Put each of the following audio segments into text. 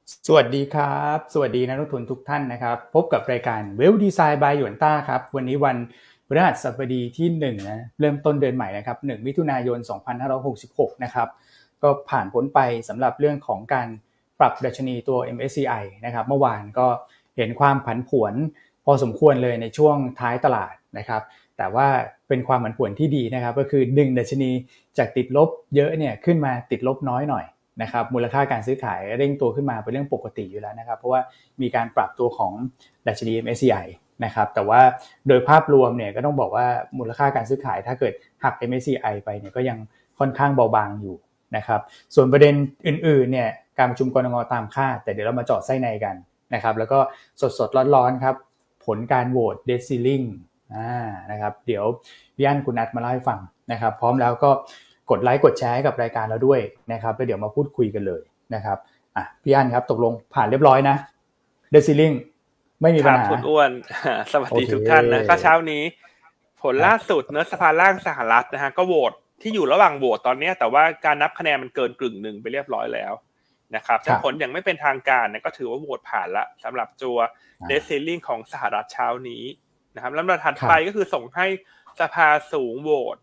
สวัสดีครับสวัสดีนักลงทุนทุกท่านนะครับพบกับรายการ Well Design by หยวนต้าครับวันนี้วันพฤหัสบดีที่1นะเริ่มต้นเดือนใหม่นะครับ1มิถุนายน2566นะครับก็ผ่านพ้นไปสำหรับเรื่องของการปรับดัชนีตัว MSCI นะครับเมื่อวานก็เห็นความผันผวนพอสมควรเลยในช่วงท้ายตลาดนะครับแต่ว่าเป็นความผันผวนที่ดีนะครับก็คือดึงดัชนีจากติดลบเยอะเนี่ยขึ้นมาติดลบน้อยหน่อย นะครับมูลค่าการซื้อขายเร่งตัวขึ้นมาเป็นเรื่องปกติอยู่แล้วนะครับเพราะว่ามีการปรับตัวของดัชนี MSCI นะครับแต่ว่าโดยภาพรวมเนี่ยก็ต้องบอกว่ามูลค่าการซื้อขายถ้าเกิดหัก MSCI ไปเนี่ยก็ยังค่อนข้างเบาบางอยู่นะครับส่วนประเด็นอื่นๆเนี่ยการประชุมกนงตามคาดแต่เดี๋ยวเรามาเจาะไส้ในกันนะครับแล้วก็สดๆร้อนๆครับผลการโหวต Debt Ceiling นะครับเดี๋ยวพี่อั้นคุณนัทมาเล่าให้ฟังนะครับพร้อมแล้วก็กดไลค์กดแชร์ให้กับรายการเราด้วยนะครับแล้วเดี๋ยวมาพูดคุยกันเลยนะครับพี่อั้นครับตกลงผ่านเรียบร้อยนะ Debt Ceiling ไม่มีปัญหาคุณอ้วนสวัสดีทุกท่านนะก็เช้านี้ผลล่าสุดเนอะสภาล่างสหรัฐนะฮะก็โหวตที่อยู่ระหว่างโหวตตอนนี้แต่ว่าการนับคะแนนมันเกินกึ่งหนึ่งไปเรียบร้อยแล้วนะครับแต่ผลยังไม่เป็นทางการเนี่ยก็ถือว่าโหวตผ่านละสำหรับตัว Debt Ceiling ของสหรัฐเช้านี้นะครับลำดับถัดไปก็คือส่งให้สภาสูงโหวต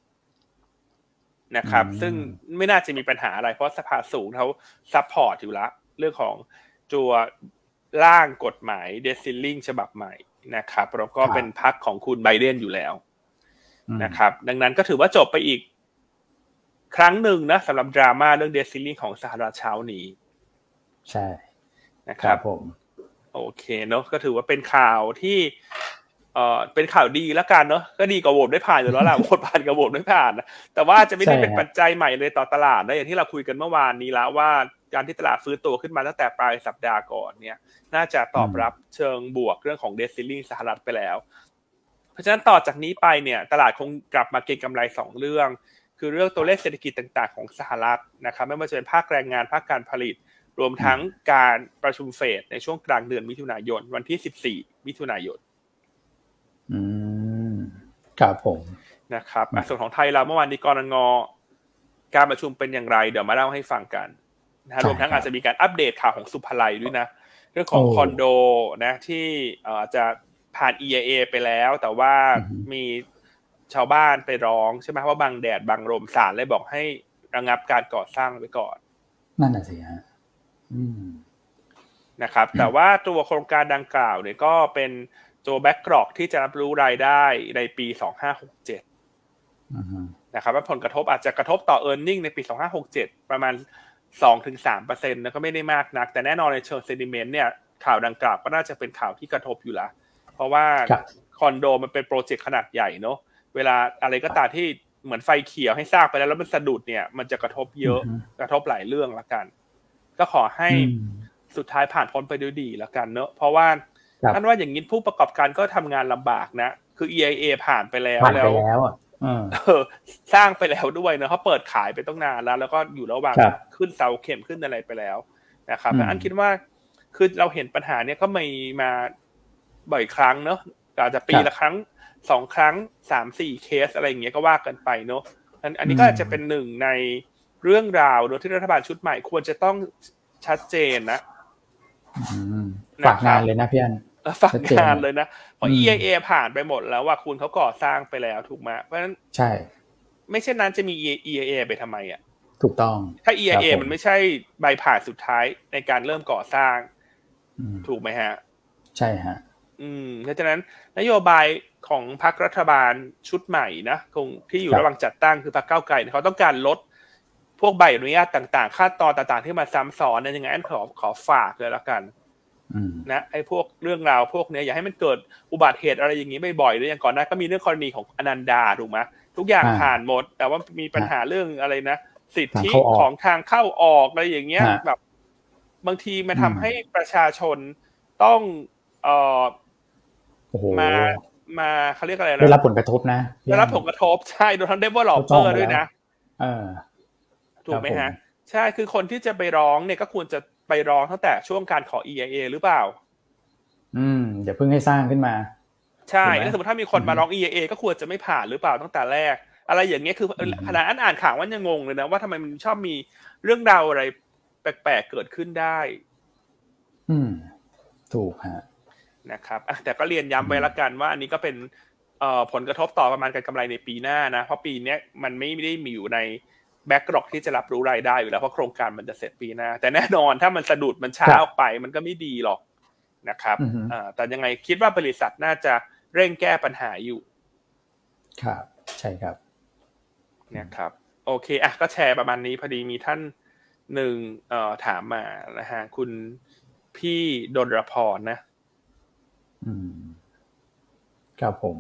นะครับซึ่งไม่น่าจะมีปัญหาอะไรเพราะสภาสูงเขาซัพพอร์ตอยู่ละเรื่องของตัวร่างกฎหมาย Debt Ceiling ฉบับใหม่นะครับแล้วก็เป็นพรรคของคุณไบเดนอยู่แล้วนะครับดังนั้นก็ถือว่าจบไปอีกครั้งหนึ่งนะสำหรับดราม่าเรื่อง Debt Ceiling ของสหรัฐเช้านี้ใช่นะครับผมโอเคเนาะก็ถือว่าเป็นข่าวที่เป็นข่าวดีแล้วกันเนาะก็ดีกว่าโหวตไม่ผ่านอยู่แล้วล่ะโหวตผ่านกับโหวตไม่ผ่านนะแต่ว่าจะไม่ได้เป็นปัจจัยใหม่เลยต่อตลาดนะอย่างที่เราคุยกันเมื่อวานนี้แล้วว่าการที่ตลาดฟื้นตัวขึ้นมาตั้งแต่ปลายสัปดาห์ก่อนเนี่ยน่าจะตอบรับเชิงบวกเรื่องของ Debt Ceiling สหรัฐไปแล้วเพราะฉะนั้นต่อจากนี้ไปเนี่ยตลาดคงกลับมาเก็งกำไร2เรื่องคือเรื่องตัวเลขเศรษฐกิจต่างๆของสหรัฐนะครับไม่ว่าจะเป็นภาคแรงงานภาคการผลิตรวมทั้งการประชุมเฟดในช่วงกลางเดือนมิถุนายนวันที่14มิถุนายนครับผมนะครับส่วนของไทยเราเมื่อวานนี้กนง.การประชุมเป็นอย่างไรเดี๋ยวมาเล่าให้ฟังกันนะรวมทั้งอาจจะมีการอัปเดตข่าวของสุภาลัยด้วยนะเรื่องของคอนโดนะที่จะผ่าน EIA ไปแล้วแต่ว่ามีชาวบ้านไปร้องใช่ไหมว่าบังแดดบังลมศาลเลยบอกให้ระงับการก่อสร้างไว้ก่อนนั่นน่ะสิฮะนะครับแต่ว่าตัวโครงการดังกล่าวเนี่ยก็เป็นตัวแบ็กกรอกที่จะรับรู้รายได้ในปี2567นะครับว่าผลกระทบอาจจะกระทบต่อ earning ในปี2567ประมาณ 2-3% นะก็ไม่ได้มากนักแต่แน่นอนในเชิง sentiment เนี่ยข่าวดังกล่าวก็น่าจะเป็นข่าวที่กระทบอยู่แล้วเพราะว่าคอนโดมันเป็นโปรเจกต์ขนาดใหญ่เนอะเวลาอะไรก็ตามที่เหมือนไฟเขียวให้สร้างไปแล้วมันสะดุดเนี่ยมันจะกระทบเยอะกระทบหลายเรื่องละกันก็ขอให้สุดท้ายผ่านพ้นไปด้วยดีละกันเนอะเพราะว่าท่านว่าอย่างนี้ผู้ประกอบการก็ทำงานลำบากนะคือ EIA ผ่านไปแล้วสร้างไปแล้วด้วยเนอะเขาเปิดขายไปตั้งนานแล้วก็อยู่ระหว่างขึ้นเสาเข็มขึ้นอะไรไปแล้วนะครับอันคิดว่าคือเราเห็นปัญหาเนี้ยก็มีมาบ่อยครั้งเนอะอาจจะปีละครั้ง2ครั้ง 3-4 เคสอะไรอย่างเงี้ยก็ว่ากันไปเนอะอันนี้ก็อาจจะเป็นหนึ่งในเรื่องราวโดยที่รัฐบาลชุดใหม่ควรจะต้องชัดเจนนะฝากงานเลยนะพี่อันฝากงานเลยนะเพราะ EIA ผ่านไปหมดแล้วว่าคุณเขาก่อสร้างไปแล้วถูกไหมเพราะฉะนั้นใช่ไม่เช่นนั้นจะมี EIA ไปทำไมอ่ะถูกต้องถ้า EIA มันไม่ใช่ใบผ่านสุดท้ายในการเริ่มก่อสร้างถูกไหมฮะใช่ฮะเพราะฉะนั้นนโยบายของพรรครัฐบาลชุดใหม่นะคงที่อยู่ระหว่างจัดตั้งคือพรรคก้าวไกลเขาต้องการลดพวกใบอนุญาตต่างๆขั้นตอนต่างๆที่มาซ้ำซ้อนเนี่ยยังไงขอฝากเลยละกันนะไอ้พวกเรื่องราวพวกนี้อย่าให้มันเกิดอุบัติเหตุอะไรอย่างนี้บ่อยๆเลยอย่างก่อนหน้าก็มีเรื่องกรณีของอนันดาถูกไหมทุกอย่างผ่านหมดแต่ว่ามีปัญหาเรื่องอะไรนะสิทธิของทางเข้าออกอะไรอย่างเงี้ยแบบบางทีมันทำให้ประชาชนต้องมาเขาเรียกอะไรนะได้รับผลกระทบนะได้รับผลกระทบใช่โดยทั้ง developer ด้วยนะถูกไหมฮะใช่คือคนที่จะไปร้องเนี่ยก็ควรจะไปร้องตั้งแต่ช่วงการขอ EIA หรือเปล่าเดี๋ยวเพิ่งให้สร้างขึ้นมาใช่แล้วสมมติถ้ามีคนมาร้อง EIA ก็ควรจะไม่ผ่านหรือเปล่าตั้งแต่แรกอะไรอย่างเงี้ยคือขณะอ่านข่าวว่ายังงงเลยนะว่าทำไมมันชอบมีเรื่องราวอะไรแปลกๆเกิดขึ้นได้ถูกฮะนะครับแต่ก็เรียนย้ำไว้ละกันว่าอันนี้ก็เป็นผลกระทบต่อประมาณการกำไรในปีหน้านะเพราะปีนี้มันไม่ได้มีอยู่ในแบ็กกรอกที่จะรับรู้รายได้อยู่แล้วเพราะโครงการมันจะเสร็จปีหน้าแต่แน่นอนถ้ามันสะดุดมันช้าออกไปมันก็ไม่ดีหรอกนะครับแต่ยังไงคิดว่าบริษัทน่าจะเร่งแก้ปัญหาอยู่ครับใช่ครับนะครับโอเคก็แชร์ประมาณนี้พอดีมีท่านหนึ่งถามมานะฮะคุณพี่ดลพรนะครับผม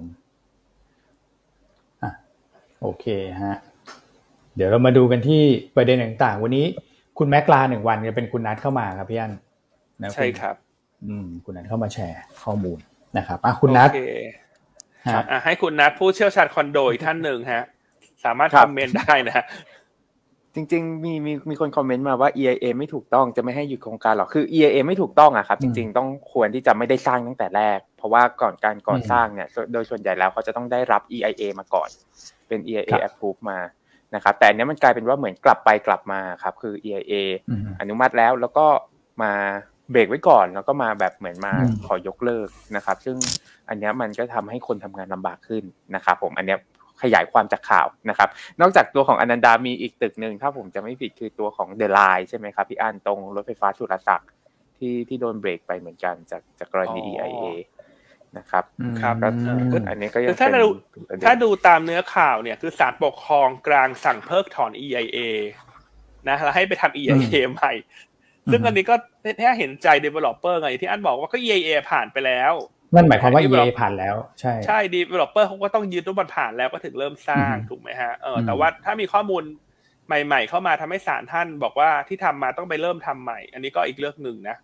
โอเคฮะเดี๋ยวเรามาดูกันที่ประเด็นต่างๆวันนี้คุณแม็กลา1วันจะเป็นคุณนัทเข้ามาครับพี่อั้นใช่ครับคุณนัทเข้ามาแชร์ข้อมูลนะครับคุณนัทให้คุณนัทผู้เชี่ยวชาญคอนโดอีกท่านหนึ่งฮะสามารถคอมเมนต์ได้นะจริงๆมีคนคอมเมนต์มาว่า EIA ไม่ถูกต้องจะไม่ให้หยุดโครงการหรอกคือ EIA ไม่ถูกต้องอะครับจริงๆต้องควรที่จะไม่ได้สร้างตั้งแต่แรกเพราะว่าก่อนการก่อสร้างเนี่ยโดยส่วนใหญ่แล้วเขาจะต้องได้รับ EIA มาก่อนเป็น EIA approve มานะครับแต่อันนี้มันกลายเป็นว่าเหมือนกลับไปกลับมาครับคือ EIA อนุมัติแล้วก็มาเบรกไว้ก่อนแล้วก็มาแบบเหมือนมาขอยกเลิกนะครับซึ่งอันนี้มันก็ทำให้คนทำงานลำบากขึ้นนะครับผมอันนี้ขยายความจากข่าวนะครับนอกจากตัวของอนันดามีอีกตึกนึงถ้าผมจะไม่ผิดคือตัวของ The Line ใช่ไหมครับพี่อั้นตรงรถไฟฟ้าสุรศักดิ์ที่โดนเบรกไปเหมือนกันจากกรณี EIA นะครับก็อันนี้ก็ยังถ้าดูตามเนื้อข่าวเนี่ยคือศาลปกครองกลางสั่งเพิกถอน EIA นะแล้วให้ไปทำ EIA ใหม่ซึ่งอันนี้ก็ถ้าเห็นใจ developer ไงที่อั้นบอกว่าก็ EIA ผ่านไปแล้วนั่นหมายความว่า EIA ผ่านแล้วใช่ developer เขาก็ต้องยืนว่ามันผ่านแล้วก็ถึงเริ่มสร้างถูกไหมฮะแต่ว่าถ้ามีข้อมูลใหม่ๆเข้ามาทำให้ศาลท่านบอกว่าที่ทำมาต้องไปเริ่มทำใหม่อันนี้ก็อีกเรื่องนึงนะ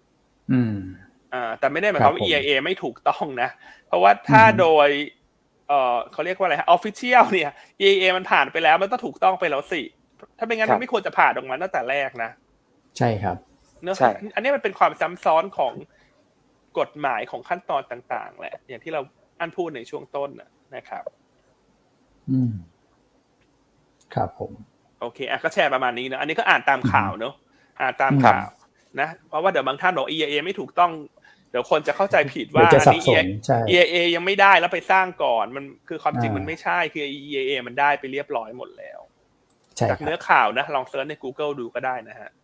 แต่ไม่ได้หมายความว่า EIA ไม่ถูกต้องนะเพราะว่าถ้าโดยเขาเรียกว่าอะไรฮะ official เนี่ย EIA มันผ่านไปแล้วมันต้องถูกต้องไปแล้วสิถ้าไม่งั้นมันไม่ควรจะผ่านออกมาตั้งแต่แรกนะใช่ครับเนอะอันนี้มันเป็นความซ้ำซ้อนของกฎหมายของขั้นตอนต่างๆแหละอย่างที่เราอันพูดในช่วงต้นนะครับครับผมโอเคก็แชร์ประมาณนี้นะอันนี้ก็อ่านตามข่าวเนอะอ่านตามข่าวนะเพราะว่าเดี๋ยวบางท่านบอก EIA ไม่ถูกต้องเดี๋ยวคนจะเข้าใจผิดว่าอันนี้ EIA ยังไม่ได้แล้วไปสร้างก่อนมันคือความจริงมันไม่ใช่คือ EIA มันได้ไปเรียบร้อยหมดแล้วจากเนื้อข่าวนะลองเซิร์ชใน Google ดูก็ได้นะฮะ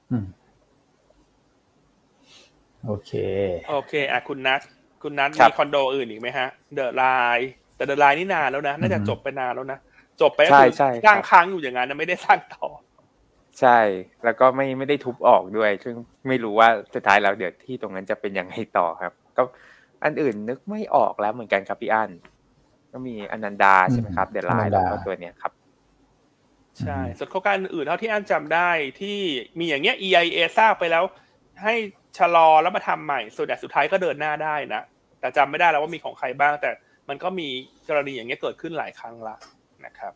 โอเคคุณนัทมีคอนโดอื่นอีกไหมฮะเดอะไลน์แต่เดอะไลน์นี่นานแล้วนะน่าจะจบไปนานแล้วนะจบไปก็คือสร้างค้างอยู่อย่างนั้นนะไม่ได้สร้างต่อใช่แล้วก็ไม่ได้ทุบออกด้วยซึ่งไม่รู้ว่าสุดท้ายแล้วเดี๋ยวที่ตรงนั้นจะเป็นยังไงต่อครับก็อันอื่นนึกไม่ออกแล้วเหมือนกันครับพี่อั้นก็มีอนันดาใช่ไหมครับเดอะไลน์แล้วก็ตัวเนี้ยครับใช่ส่วนโครงการอื่นเท่าที่อั้นจำได้ที่มีอย่างเงี้ย EIA สร้างไปแล้วให้ชะลอแล้วมาทำใหม่สุดท้ายก็เดินหน้าได้นะแต่จำไม่ได้แล้วว่ามีของใครบ้างแต่มันก็มีกรณีอย่างเงี้ยเกิดขึ้นหลายครั้งละนะครับ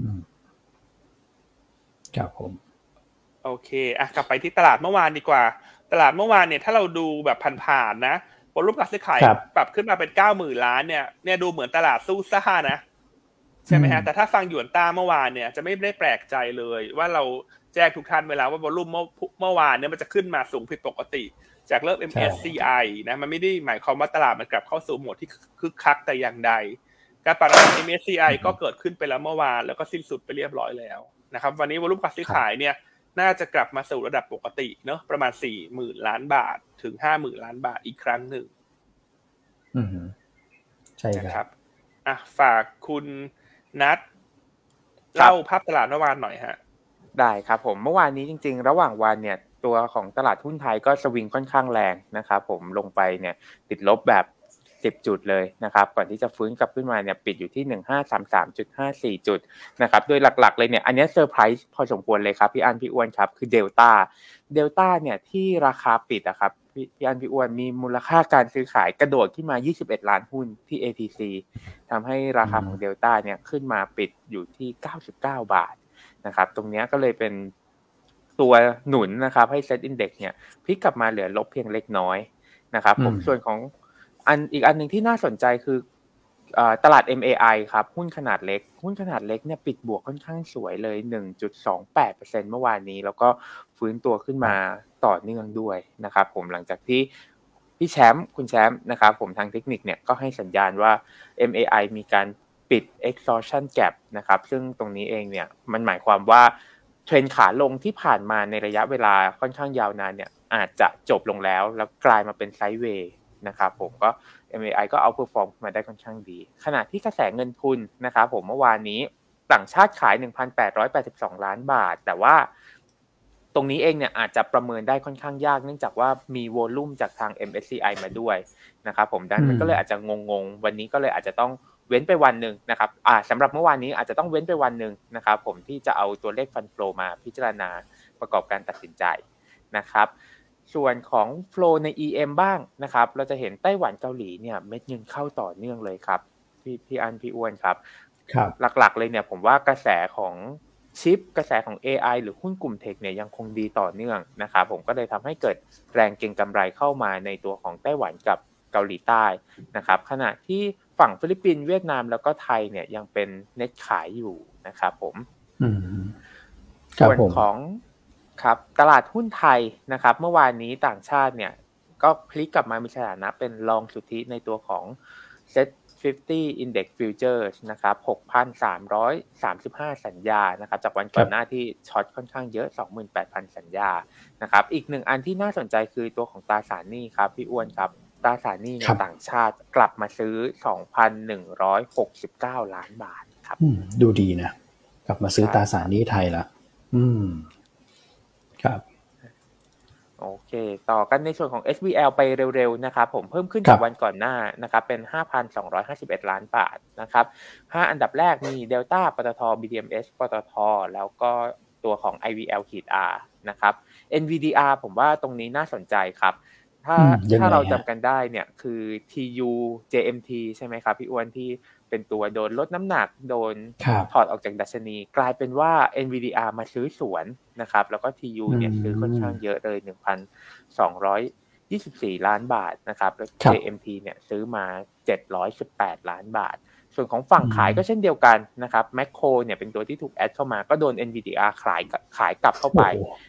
ครับผมโอเคกลับไปที่ตลาดเมื่อวานดีกว่าตลาดเมื่อวานเนี่ยถ้าเราดูแบบผ่านๆนะวอลุ่มการซื้อขายปรับขึ้นมาเป็น 90,000 ล้านเนี่ยดูเหมือนตลาดสู้ซ่านะใช่ไหมฮะแต่ถ้าฟังหยวนต้าเมื่อวานเนี่ยจะไม่ได้แปลกใจเลยว่าเราแจ้งทุกท่านเวลาว่าวอลุ่มเมื่อวานเนี่ยมันจะขึ้นมาสูงผิดปกติจากเลิก MSCI นะมันไม่ได้หมายความว่าตลาดมันกลับเข้าสู่โหมดที่คึกคักแต่อย่างใดการปรับราคา MSCI ก็เกิดขึ้นไปแล้วเมื่อวานแล้วก็สิ้นสุดไปเรียบร้อยแล้วนะครับวันนี้วอลุ่มการซื้อขายเนี่ยน่าจะกลับมาสู่ระดับปกติเนอะประมาณ 40,000 ล้านบาทถึง 50,000 ล้านบาทอีกครั้งหนึ่งใช่ครับฝากคุณนัทเล่าภาพตลาดเมื่อวานหน่อยฮะได้ครับผมเมื่อวานนี้จริงๆระหว่างวันเนี่ยตัวของตลาดหุ้นไทยก็สวิงค่อนข้างแรงนะครับผมลงไปเนี่ยติดลบแบบ10จุดเลยนะครับก่อนที่จะฟื้นกลับขึ้นมาเนี่ยปิดอยู่ที่ 1533.54 จุดนะครับโดยหลักๆเลยเนี่ยอันนี้เซอร์ไพรส์พอสมควรเลยครับพี่อั้นพี่อ้วนครับคือเดลต้าเนี่ยที่ราคาปิดนะครับพี่อั้นพี่อ้วนมีมูลค่าการซื้อขายกระโดดขึ้นมา21ล้านหุ้นที่ ATC ทำให้ราคาของเดลต้าเนี่ยขึ้นมาปิดอยู่ที่99 บาทนะครับตรงนี้ก็เลยเป็นตัวหนุนนะครับให้ Set Index เนี่ยพลิกกลับมาเหลือลบเพียงเล็กน้อยนะครับผมส่วนของอีกอันนึงที่น่าสนใจคือตลาด MAI ครับหุ้นขนาดเล็กเนี่ยปิดบวกค่อนข้างสวยเลย 1.28% เมื่อวานนี้แล้วก็ฟื้นตัวขึ้นมาต่อเนื่องด้วยนะครับผมหลังจากที่คุณแชมป์นะครับผมทางเทคนิคเนี่ยก็ให้สัญญาณว่า MAI มีการปิด exhaustion gap นะครับซึ่งตรงนี้เองเนี่ยมันหมายความว่าเทรนขาลงที่ผ่านมาในระยะเวลาค่อนข้างยาวนานเนี่ยอาจจะจบลงแล้วกลายมาเป็นไซด์เวย์นะครับผมก็ MAI ก็เอาperform มาได้ค่อนข้างดีขณะที่กระแสเงินทุนนะครับผมเมื่อวานนี้ต่างชาติขาย 1,882 ล้านบาทแต่ว่าตรงนี้เองเนี่ยอาจจะประเมินได้ค่อนข้างยากเนื่องจากว่ามีโวลุ่มจากทาง MSCI มาด้วยนะครับผมดังนั้นมันก็เลยอาจจะงงวันนี้ก็เลยอาจจะต้องเว้นไปวันนึงนะครับสำหรับเมื่อวานนี้อาจจะต้องเว้นไปวันนึงนะครับผมที่จะเอาตัวเลขฟันโฟลมาพิจารณาประกอบการตัดสินใจนะครับส่วนของโฟลใน EM บ้างนะครับเราจะเห็นไต้หวันเกาหลีเนี่ยเม็ดเงินเข้าต่อเนื่องเลยครับพี่อันพี่อ้วนครับหลักๆเลยเนี่ยผมว่ากระแสของชิปกระแสของ AI หรือหุ้นกลุ่มเทคเนี่ยยังคงดีต่อเนื่องนะครับผมก็เลยทำให้เกิดแรงเก็งกำไรเข้ามาในตัวของไต้หวันกับเกาหลีใต้นะครับขณะที่ฝั่งฟิลิปปินส์เวียดนามแล้วก็ไทยเนี่ยยังเป็นเน็ตขายอยู่นะครับผมส่วนของครับตลาดหุ้นไทยนะครับเมื่อวานนี้ต่างชาติเนี่ยก็พลิกกลับมามีสถานะเป็นรองสุทธิในตัวของSet 50 Index Futures นะครับ 6,335 สัญญานะครับจากวันก่อนหน้าที่ช็อตค่อนข้างเยอะ 28,000 สัญญานะครับอีกหนึ่งอันที่น่าสนใจคือตัวของตราสารหนี้ครับพี่อ้วนครับตราสารหนี้ในต่างชาติกลับมาซื้อ 2,169 ล้านบาทครับดูดีนะกลับมาซื้อตราสารหนี้ไทยละครับโอเคต่อกันในส่วนของ SBL ไปเร็วๆนะครับผมเพิ่มขึ้นจากวันก่อนหน้านะครับเป็น 5,251 ล้านบาทนะครับ5อันดับแรกมี Delta ปตท BDMs ปตทแล้วก็ตัวของ IVL-R นะครับ NVDR ผมว่าตรงนี้น่าสนใจครับถ้าเราจำกันได้เนี่ยคือ TU JMT ใช่ไหมครับพี่อ้วนที่เป็นตัวโดนลดน้ำหนักโดนถอดออกจากดัชนีกลายเป็นว่า NVDR มาซื้อสวนนะครับแล้วก็ TU เนี่ยซื้อค่อนข้างเยอะเลย 1,224 ล้านบาทนะครับแล้ว JMT เนี่ยซื้อมา718ล้านบาทส่วนของฝั่งขายก็เช่นเดียวกันนะครับ Macro เนี่ยเป็นตัวที่ถูกแอดเข้ามาก็โดน NVDR ขายกลับเข้าไป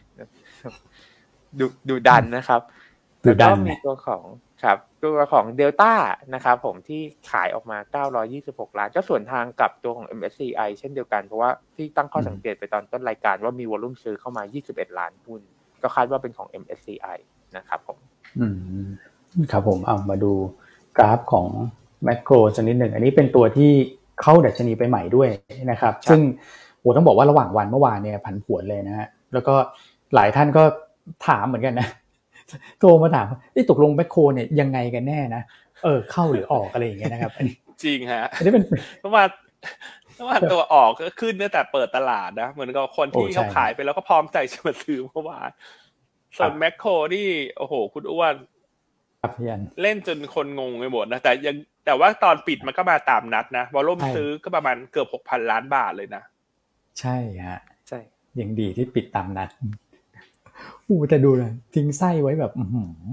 ดูดันนะครับแล้วก็มีตัวของ Delta นะครับผมที่ขายออกมา926ล้านก็ส่วนทางกับตัวของ MSCI เช่นเดียวกันเพราะว่าที่ตั้งข้อสังเกตไปตอนต้นรายการว่ามีวอลุ่มซื้อเข้ามา21ล้านหุ้นก็คาดว่าเป็นของ MSCI นะครับผมครับผมเอามาดูกราฟของแมคโครสักนิดหนึ่งอันนี้เป็นตัวที่เข้าดัชนีไปใหม่ด้วยนะครับซึ่งต้องบอกว่าระหว่างวันเมื่อวานเนี่ยผันผวนเลยนะฮะแล้วก็หลายท่านก็ถามเหมือนกันนะโทรมาถามตกลงแมคโครเนี่ยยังไงกันแน่นะเข้าหรือออกอะไรอย่างเงี้ยนะครับอันนี้จริงฮะอันนี้เป็นเมื่อวานตัวออกก็ขึ้นตั้งแต่เปิดตลาดนะเหมือนกับคนที่เขาขายไปแล้วก็พร้อมใจจะมาซื้อเมื่อวานส่วนแมคโครนี่โอ้โหคุณอ้วนเล่นจนคนงงไปหมดนะแต่ว่าตอนปิดมันก็มาตามนัดนะวอลุ่มซื้อก็ประมาณเกือบ 6,000 ล้านบาทเลยนะใช่ฮะใช่ยังดีที่ปิดตามนัดแต่ดูนะทิ้งไส้ไว้แบบ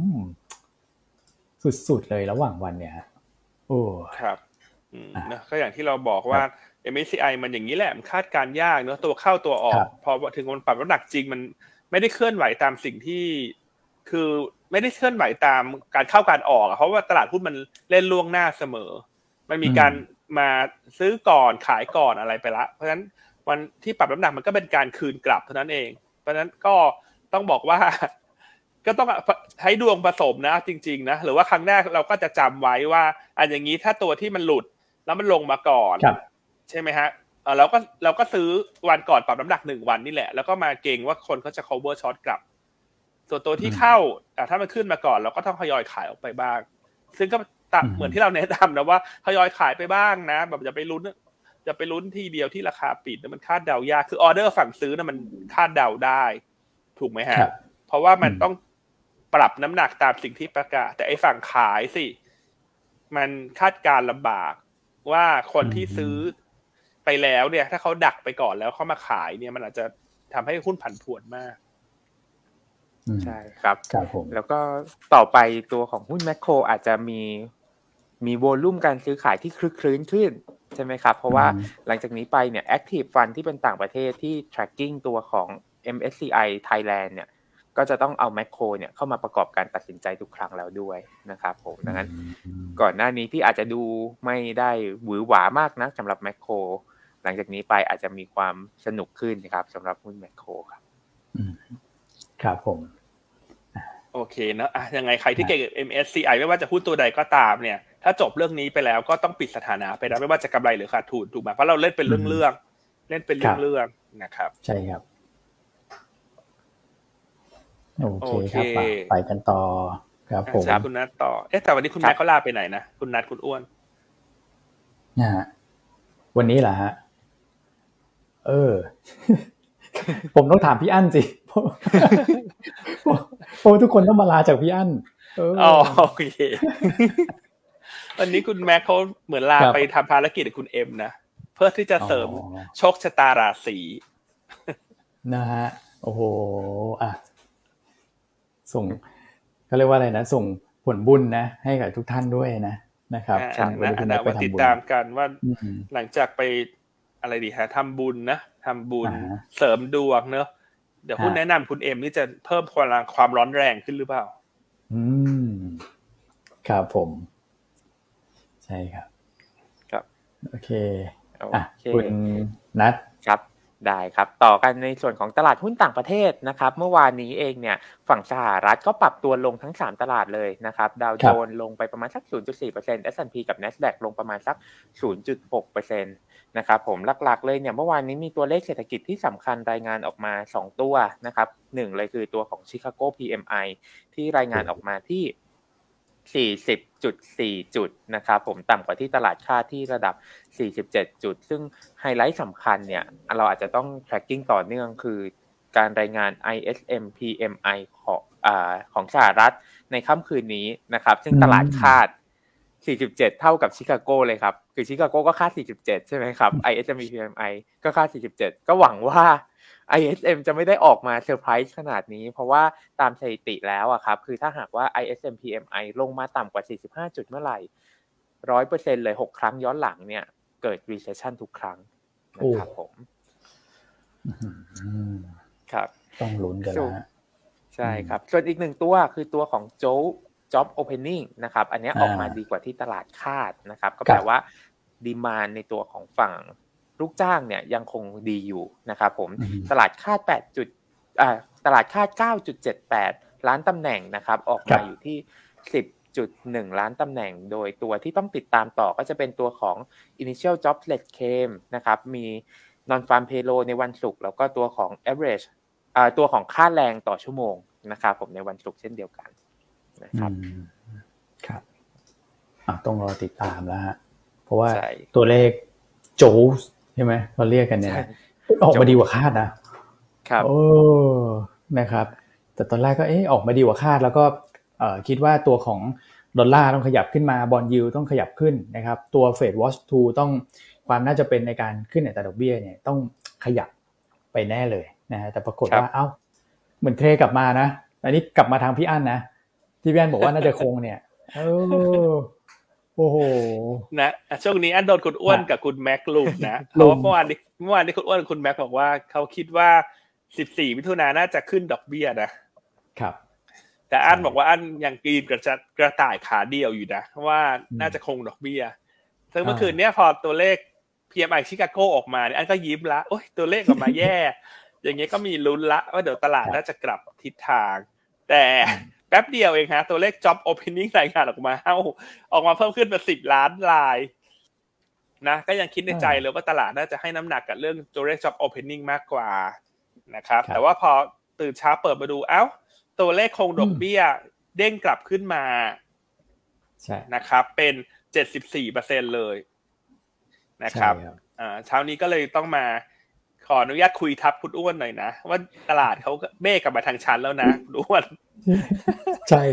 สุดๆเลยระหว่างวันเนี่ยโอ้ครับนะก็อย่างที่เราบอกว่า MSCI มันอย่างนี้แหละมันคาดการยากเนอะตัวเข้าตัวออกพอถึงวันปรับน้ำหนักจริงมันไม่ได้เคลื่อนไหวตามสิ่งที่คือไม่ได้เคลื่อนไหวตามการเข้าการออกเพราะว่าตลาดหุ้นมันเล่นล่วงหน้าเสมอมันมีการมาซื้อก่อนขายก่อนอะไรไปละเพราะฉะนั้นวันที่ปรับน้ำหนักมันก็เป็นการคืนกลับเท่านั้นเองเพราะฉะนั้นก็ต้องบอกว่าก็ต้องใช้ดวงผสมนะจริงๆนะหรือว่าครั้งแรกเราก็จะจำไว้ว่าอันอย่างนี้ถ้าตัวที่มันหลุดแล้วมันลงมาก่อนใช่ไหมฮะเราก็ซื้อวันก่อนปรับน้ำหนัก1วันนี่แหละแล้วก็มาเก่งว่าคนเขาจะ cover short กลับส่วนตัวที่เข้าถ้ามันขึ้นมาก่อนเราก็ต้องทยอยขายออกไปบ้างซึ่งก็เหมือนที่เราแนะนำนะว่าทยอยขายไปบ้างนะแบบอย่าไปลุ้นทีเดียวที่ราคาปิดมันคาดเดายากคือออเดอร์ฝั่งซื้อนะมันคาดเดาได้ถูกไหมฮะเพราะว่ามันต้องปรับน้ำหนักตามสิ่งที่ประกาศแต่ไอ้ฝั่งขายสิมันคาดการลำบากว่าคนที่ซื้อไปแล้วเนี่ยถ้าเขาดักไปก่อนแล้วเขามาขายเนี่ยมันอาจจะทำให้หุ้นผันผวนมากใช่ครับแล้วก็ต่อไปตัวของหุ้นแมคโครอาจจะมีมีโวลุ่มการซื้อขายที่คลึกคลื้นขึ้นใช่ไหมครับเพราะว่าหลังจากนี้ไปเนี่ย Active Fund ที่เป็นต่างประเทศที่ tracking ตัวของ MSCI Thailand เนี่ยก็จะต้องเอา Macro เนี่ยเข้ามาประกอบการตัดสินใจทุกครั้งแล้วด้วยนะครับผมดังนั้นก่อนหน้านี้ที่อาจจะดูไม่ได้หวือหวามากนะสำหรับ Macro หลังจากนี้ไปอาจจะมีความสนุกขึ้นนะครับสำหรับหุ้น Macro ครับครับผมโอเคนะยังไงใครที่เก่งกับ MSCI ไม่ว่าจะหุ้นตัวใดก็ตามเนี่ยถ้าจบเรื่องนี้ไปแล้วก็ต้องปิดสถานะไปนะไม่ว่าจะกำไรหรือขาดทุนถูกไหมเพราะเราเล่นเป็นเรื่องเล่นเป็นเรื่องนะครับใช่ครับโอเคครับไปกันต่อครับผมคุณนัทต่อแต่วันนี้คุณแม็กเขาลาไปไหนนะคุณนัทคุณอ้วนวันนี้เหรอฮะผมต้องถามพี่อั้นสิเพราะทุกคนต้องมาลาจากพี่อั้นโอเควันนี้คุณแม็กเขาเหมือนลาไปทำภารกิจกับคุณเอ็มนะเพื่อที่จะเสริมโชคชะตาราศีนะฮะโอ้โหส่งเขาเรียกว่าอะไรนะส่งผลบุญนะให้กับทุกท่านด้วยนะครับวันนี้ไปติดตามกันว่าหลังจากไปอะไรดีฮะทำบุญเสริมดวงเนอะเดี๋ยวคุณแนะนำคุณเอ็มนี่จะเพิ่มความร้อนแรงขึ้นหรือเปล่าครับผมใช่ครับโอเคคุณนัทครับได้ครับต่อกันในส่วนของตลาดหุ้นต่างประเทศนะครับเมื่อวานนี้เองเนี่ยฝั่งสหรัฐก็ปรับตัวลงทั้ง3ตลาดเลยนะครับดาวโจนส์ลงไปประมาณสัก 0.4% S&P กับ NASDAQ ลงประมาณสัก 0.6% นะครับผมหลักๆเลยเนี่ยเมื่อวานนี้มีตัวเลขเศรษฐกิจที่สำคัญรายงานออกมา2ตัวนะครับ1เลยคือตัวของ Chicago PMI ที่รายงานออกมาที่40.4 จุดนะครับผมต่ำกว่าที่ตลาดคาดที่ระดับ47จุดซึ่งไฮไลท์สำคัญเนี่ยเราอาจจะต้อง tracking ต่อเนื่องคือการรายงาน ISM PMI ของสหรัฐในค่ำคืนนี้นะครับซึ่งตลาดคาด47เท่ากับชิคาโกเลยครับคือชิคาโกก็คาด47ใช่ไหมครับ ISM PMI ก็คาด47ก็หวังว่าISM จะไม่ได้ออกมาเซอร์ไพรส์ขนาดนี้เพราะว่าตามสถิติแล้วอะครับคือถ้าหากว่า ISM PMI ลงมาต่ำกว่า45จุดเมื่อไหร่ 100% เลย6ครั้งย้อนหลังเนี่ยเกิด recession ทุกครั้งนะครับผมครับต้องลุ้นกันนะใช่ครับส่วนอีก1ตัวคือตัวของjob opening นะครับอันนี้ออกมาดีกว่าที่ตลาดคาดนะครับก็แปลว่า demand ในตัวของฝั่งลูกจ้างเนี่ยยังคงดีอยู่นะครับผมตลาดคาดตลาดคาด 9.78 ล้านตำแหน่งนะครับออกมาอยู่ที่ 10.1 ล้านตำแหน่งโดยตัวที่ต้องติดตามต่อก็จะเป็นตัวของ initial jobless claim นะครับมี non farm payroll ในวันศุกร์แล้วก็ตัวของ average ตัวของค่าแรงต่อชั่วโมงนะครับผมในวันศุกร์เช่นเดียวกันนะครับครับต้องรอติดตามแล้วฮะเพราะว่าตัวเลขโจ๊สใช่ไหมเราเรียกกันเนี่ยออกมาดีกว่าคาดนะครับนะครับแต่ตอนแรกก็ออกมาดีกว่าคาดแล้วก็คิดว่าตัวของดอลลาร์ต้องขยับขึ้นมาบอนด์ยิลด์ต้องขยับขึ้นนะครับตัวเฟดวอช2ต้องความน่าจะเป็นในการขึ้นอัตราดอกเบี้ยเนี่ยต้องขยับไปแน่เลยนะฮะแต่ปรากฏว่าเหมือนเทกลับมานะอันนี้กลับมาทางพี่อั้นนะที่พี่อั้นบอกว่าน่าจะคงเนี่ยโอ้โหนะช่วงนี้อันโดนคุณอ้วนกับคุณแม็กลุมนะเพราะว่าเมื่อวานนี้คุณอ้วนกับคุณแม็กบอกว่าเขาคิดว่า14มิถุนายนน่าจะขึ้นดอกเบี้ยนะครับแต่อันบอกว่าอันยังกรีนกระต่ายขาเดียวอยู่นะว่าน่าจะคงดอกเบี้ยซึ่งเมื่อคืนนี้พอตัวเลข PMI ชิคาโกออกมาเนี่ยอันก็ยิ้มละโอ๊ยตัวเลขออกมาแย่อย่างเงี้ยก็มีลุ้นละว่าเดี๋ยวตลาดน่าจะกลับทิศทางแต่แป๊บเดียวเองฮะตัวเลข job opening รายงานออกมาออกมาเพิ่มขึ้นเป็น10ล้านรายนะก็ยังคิดในใจเลยว่าตลาดน่าจะให้น้ำหนักกับเรื่องตัวเลข job opening มากกว่านะครับแต่ว่าพอตื่นเช้าเปิดมาดูตัวเลขคงดอกเบี้ยเด้งกลับขึ้นมาใช่นะครับเป็น 74% เลยนะครับเช้านี้ก็เลยต้องมาขออนุญาตคุยทับคุณอ้วนหน่อยนะว่าตลาดเขาเบ้กลับมาทางชั้นแล้วนะคุณอ้วนใช่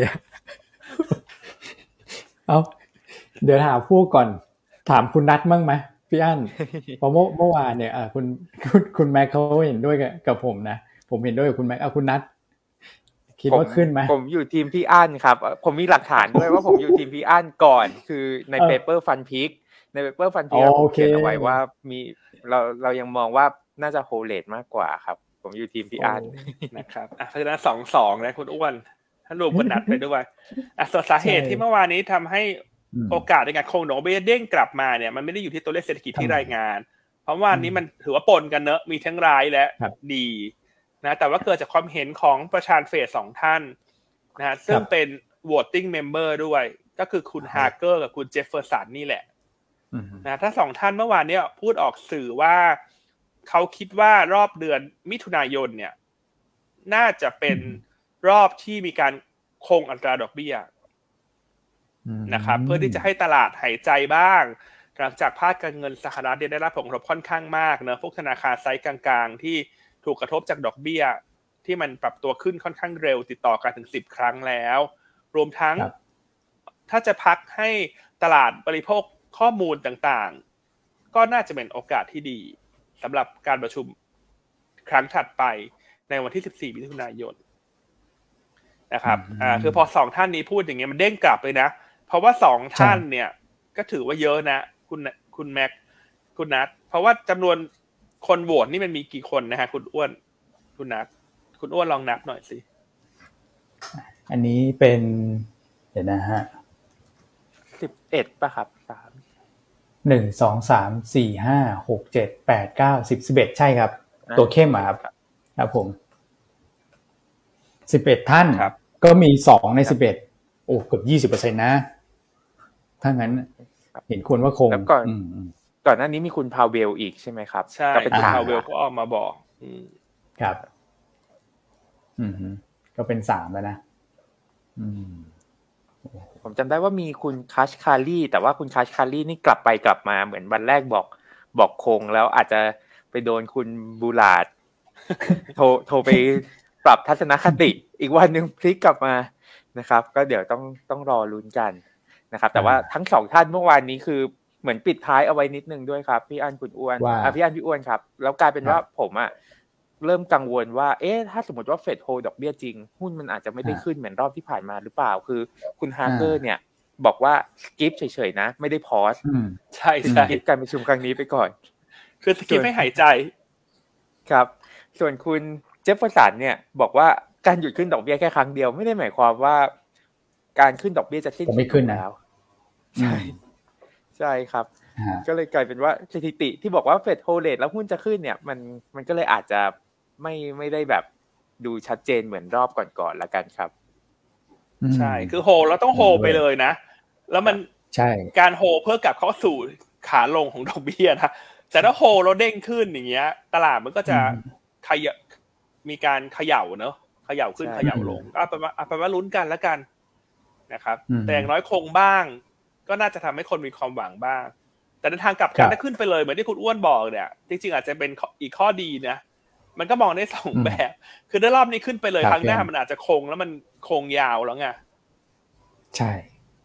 เดี๋ยวถามผู้ก่อนถามคุณนัทมั่งไหมพี่อั้นเพราะเมื่อวานเนี่ยคุณแม็กเขาเห็นด้วยกับผมนะผมเห็นด้วยกับคุณแม็กคุณนัทคิดว่าขึ้นไหมผมอยู่ทีมพี่อั้นครับผมมีหลักฐานด้วยว่าผมอยู่ทีมพี่อั้นก่อนคือในเปเปอร์ฟันพิกในเปเปอร์ฟันพิกผมเขียนเอาไว้ว่ามีเรายังมองว่าน่าจะโฮเลตมากกว่าครับผมอยู่ทีมพี่อั้นนะครับเพราะฉะนั้น 2-2 นะคุณอ้วนถ้ารวมคุณนัดไปด้วยส่วนสาเหตุที่เมื่อวานนี้ทำให้โอกาสในการคงดอกเบี้ยเด้งกลับมาเนี่ยมันไม่ได้อยู่ที่ตัวเลขเศรษฐกิจที่รายงานเพราะว่านี้มันถือว่าปนกันเนอะมีทั้งร้ายและดีนะแต่ว่าเกิดจากความเห็นของประธานเฟด2ท่านนะซึ่งเป็น voting member ด้วยก็คือคุณฮาร์เกอร์กับคุณเจฟเฟอร์สันนี่แหละนะถ้า2ท่านเมื่อวานนี้พูดออกสื่อว่าเขาคิดว่ารอบเดือนมิถุนายนเนี่ยน่าจะเป็นรอบที่มีการคงอัตราดอกเบี้ยนะครับเพื่อที่จะให้ตลาดหายใจบ้างหลังจากภาคการเงินสหรัฐได้รับผลกระทบค่อนข้างมากเนอะพวกธนาคารไซส์กลางๆที่ถูกกระทบจากดอกเบี้ยที่มันปรับตัวขึ้นค่อนข้างเร็วติดต่อกันถึง10 ครั้งแล้วรวมทั้งถ้าจะพักให้ตลาดบริโภคข้อมูลต่างๆก็น่าจะเป็นโอกาสที่ดีสำหรับการประชุมครั้งถัดไปในวันที่14 มิถุนายนนะครับคือพอ2ท่านนี้พูดอย่างเงี้ยมันเด้งกลับเลยนะเพราะว่า2ท่านเนี่ยก็ถือว่าเยอะนะคุณแม็กคุณนัทเพราะว่าจำนวนคนโหวตนี่มันมีกี่คนนะฮะคุณอ้วนคุณนัทคุณอ้วนลองนับหน่อยสิอันนี้เป็นเดี๋ยวนะฮะ 11ป่ะครับ 1 2 3 4 5 6 7 8 9 10 11ใช่ครับตัวเข้มอ่ะครับผม11ท่านก็มี2ใน11โอ้เกือบ 20% นะถ้างั้นเห็นควรว่าคงก่อนหน้านี้มีคุณพาเวลอีกใช่ไหมครับใช่คุณพาเวลก็ออกมาบอกครับก็เป็น3แล้วนะผมจำได้ว่ามีคุณคัชคารีแต่ว่าคุณคัชคารีนี่กลับไปกลับมาเหมือนวันแรกบอกคงแล้วอาจจะไปโดนคุณบูลาดโทรไปปรับทัศนคติอีกวันนึงพลิกกลับมานะครับก็เดี๋ยวต้องรอลุ้นกันนะครับแต่ว่าทั้ง2ท่านเมื่อวานนี้คือเหมือนปิดท้ายเอาไว้นิดนึงด้วยครับพี่อั้นคุณอ้วนพี่อั้นพี่อ้วนครับแล้วกลายเป็นว่าผมเริ่มกังวลว่าถ้าสมมติว่าเฟดโฮดอกเบี้ยจริงหุ้นมันอาจจะไม่ได้ขึ้นเหมือนรอบที่ผ่านมาหรือเปล่าคือคุณฮาร์เกอร์เนี่ยบอกว่าสกิปเฉยๆนะไม่ได้พอสใช่สกิปการประชุมครั้งนี้ไปก่อนคือสกิปให้หายใจครับส่วนคุณเจฟเฟอร์สันเนี่ยบอกว่าการหยุดขึ้นดอกเบี้ยแค่ครั้งเดียวไม่ได้หมายความว่าการขึ้นดอกเบี้ยจะสิ้นสุดแล้วใช่ครับก็เลยกลายเป็นว่าสถิติที่บอกว่าเฟดโฮเลตแล้วหุ้นจะขึ้นเนี่ยมันก็เลยอาจจะไม่ได้แบบดูชัดเจนเหมือนรอบก่อนๆละกันครับใช่คือโฮแล้วต้องโฮไปเลยนะแล้วมันใช่การโฮเพื่อกลับเข้าสู่ขาลงของดอกเบี้ยนะแต่ถ้าโฮแล้วเด้งขึ้นอย่างเงี้ยตลาดมันก็จะมีการเขย่าเนอะเขย่าขึ้นเขย่าลงก็เอาไปว่าลุ้นกันแล้วกันนะครับแต่อย่างน้อยคงบ้างก็น่าจะทำให้คนมีความหวังบ้างแต่ในทางกลับกันถ้าขึ้นไปเลยเหมือนที่คุณอ้วนบอกเนี่ยจริงๆอาจจะเป็นอีกข้อดีนะมันก็มองได้2แบบคือถ้ารอบนี้ขึ้นไปเลยครั้งหน้ามันอาจจะคงแล้วมันคงยาวแล้วไงใช่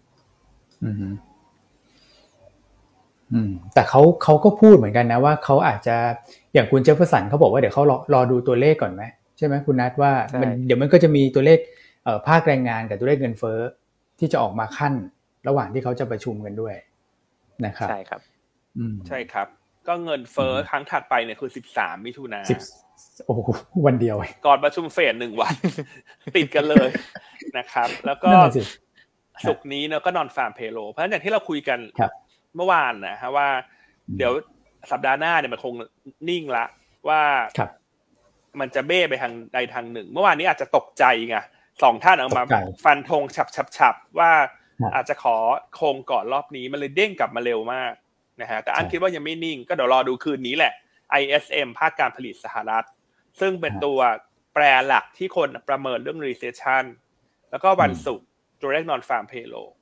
แต่เขาก็พูดเหมือนกันนะว่าเขาอาจจะอย่างคุณเจฟเฟอร์สันเขาบอกว่าเดี๋ยวเขารอดูตัวเลขก่อนไหมใช่ไหมคุณนัทว่าเดี๋ยวมันก็จะมีตัวเลขภาคแรงงานกับตัวเลขเงินเฟ้อที่จะออกมาขั้นระหว่างที่เขาจะประชุมกันด้วยนะครับใช่ครับใช่ครับก็เงินเฟ้อครั้งถัดไปเนี่ยคือ13 มิถุนายนโอ้วันเดียวก่อนประชุมเฟด1 วันติดกันเลยนะครับแล้วก็ศุกร์นี้เนาะก็นอนฟาร์มเพโลเพราะฉะนั้นอย่างที่เราคุยกันเมื่อวานนะฮะว่าเดี๋ยวสัปดาห์หน้าเนี่ยมันคงนิ่งละว่ามันจะเบ้ไปทางใดทางหนึ่งเมื่อวานนี้อาจจะตกใจไง2ท่านออกมาฟันธงฉับว่าอาจจะขอคงก่อนรอบนี้มันเลยเด้งกลับมาเร็วมากนะฮะแต่อันคิดว่ายังไม่นิ่งก็เดี๋ยวรอดูคืนนี้แหละ ISM ภาคการผลิตสหรัฐซึ่งเป็นตัวแปรหลักที่คนประเมินเรื่อง recession แล้วก็วันศุกร์ตัวเลข non-farm payroll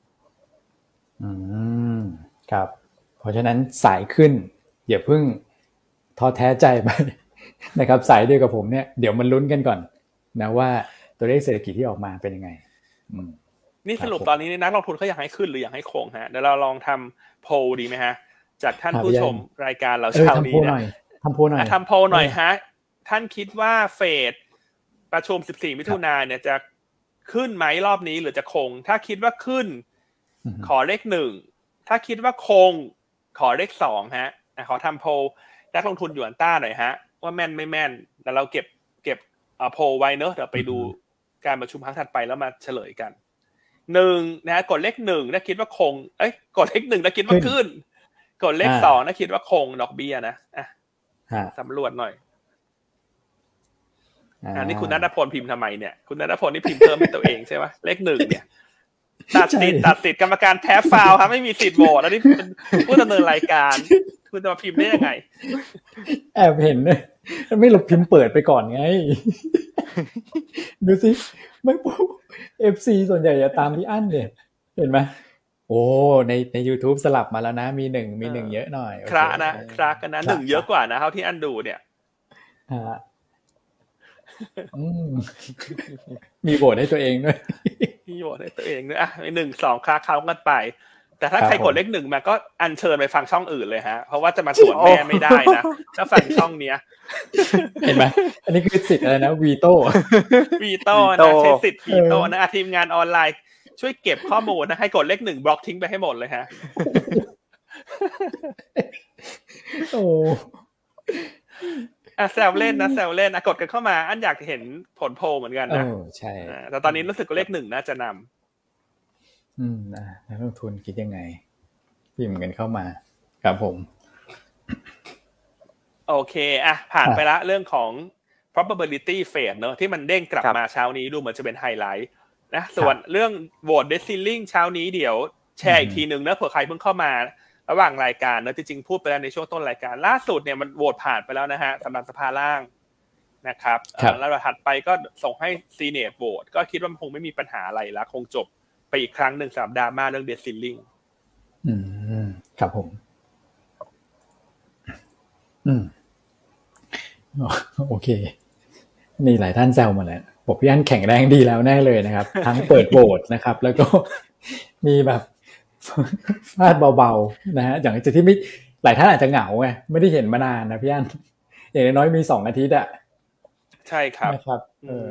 ครับเพราะฉะนั้นสายขึ้นอย่าเพิ่งท้อแท้ใจไปนะครับสายเดียวกับผมเนี่ยเดี๋ยวมันลุ้นกันก่อนนะว่าตัวเลขเศรษฐกิจที่ออกมาเป็นยังไงนี่สรุปตอนนี้นักลงทุนเขาอยากให้ขึ้นหรืออยากให้คงฮะเดี๋ยวเราลองทำโพลดีไหมฮะจากท่านผู้ชมรายการเราเช้านี้นะทำโพลหน่อยฮะท่านคิดว่าเฟดประชุม14 มิถุนายนเนี่ยจะขึ้นไหมรอบนี้หรือจะคงถ้าคิดว่าขึ้นขอเลข1ถ้าคิดว่าคงขอเลข2ฮะขอทำโพลนักลงทุนหยวนต้าหน่อยฮะว่าแม่นไม่แม่นแต่เราเก็บโพลไว้เนอะเดี๋ยวไปดูการประชุมครั้งถัดไปแล้วมาเฉลยกัน1นะฮะกดเลข1ถ้าคิดว่าคงกดเลข1ถ้าคิดว่าขึ้นกดเลข2ถ้าคิดว่าคงดอกเบี้ยนะสำรวจหน่อยนี่คุณณัฐพลพิมพ์ทำไมเนี่ยคุณณัฐพลนี่พิมพ์เพิ่มให้ตัวเองใช่ไหมเลข1เนี่ยตัดสิทธิ์กรรมการแพ้ฟาวครับไม่มีสิทธิ์โหวตแล้วนี่เป็นผู้ดำเนินรายการคุณจะมาพิมพ์ได้ยังไงแอบเห็นเลยไม่หลบพิมพ์เปิดไปก่อนไงดูสิไม่ปุ๊บ FC ส่วนใหญ่จะตามพี่อั้นเนี่ยเห็นไหมโอ้ใน YouTube สลับมาแล้วนะมี1เยอะหน่อยครากันนะ1เยอะกว่านะเท่าที่อั้นดูเนี่ยมีโหวตให้ตัวเองด้วยมีโหวตให้ตัวเองด้วย1 2คลาเข้ากันไปแต่ถ้าใครกดเลข1มาก็อัญเชิญไปฟังช่องอื่นเลยฮะเพราะว่าจะมาสวนแม่ไม่ได้นะถ้าฟังช่องเนี้ยเห็นไหมอันนี้คือสิทธิ์อะไรนะวีโต้นะใช้สิทธิ์วีโต้นะทีมงานออนไลน์ช่วยเก็บข้อมูลนะให้กดเลข1บล็อกทิ้งไปให้หมดเลยฮะโอ้แซวเล่นกดกันเข้ามาอันอยากเห็นผลโพลเหมือนกันนะใช่แต่ตอนนี้รู้สึกว่าเลข1น่าจะนำนักลงทุนคิดยังไงพิมพ์กันเข้ามาครับผมโอเคผ่านไปละเรื่องของ probability phase เนอะที่มันเด้งกลับมาเช้านี้ดูเหมือนจะเป็นไฮไลท์นะส่วนเรื่อง vote debt ceiling เช้านี้เดี๋ยวแชร์อีกทีนึงนะเผื่อใครเพิ่งเข้ามาระหว่างรายการเนอะจริงๆพูดไปแล้วในช่วงต้นรายการล่าสุดเนี่ยมันโหวตผ่านไปแล้วนะฮะสำหรับสภาล่างนะครับแล้วถัดไปก็ส่งให้ Senate vote ก็คิดว่าคงไม่มีปัญหาอะไรแล้วคงจบไปอีกครั้งนึงสำหรับดราม่าเรื่อง debt ceiling ครับผมโอเคนี่หลายท่านแซวมาแล้วบอกพี่อั้นแข็งแรงดีแล้วแน่เลยนะครับทั้งเปิดโหวตนะครับแล้วก็มีแบบฟาดเบาๆนะฮะอย่างที่ไม่หลายท่านอาจจะเหงาไงไม่ได้เห็นมานานนะพี่อั้นอย่างน้อยมี2อาทิตย์ใช่ครับนะครับ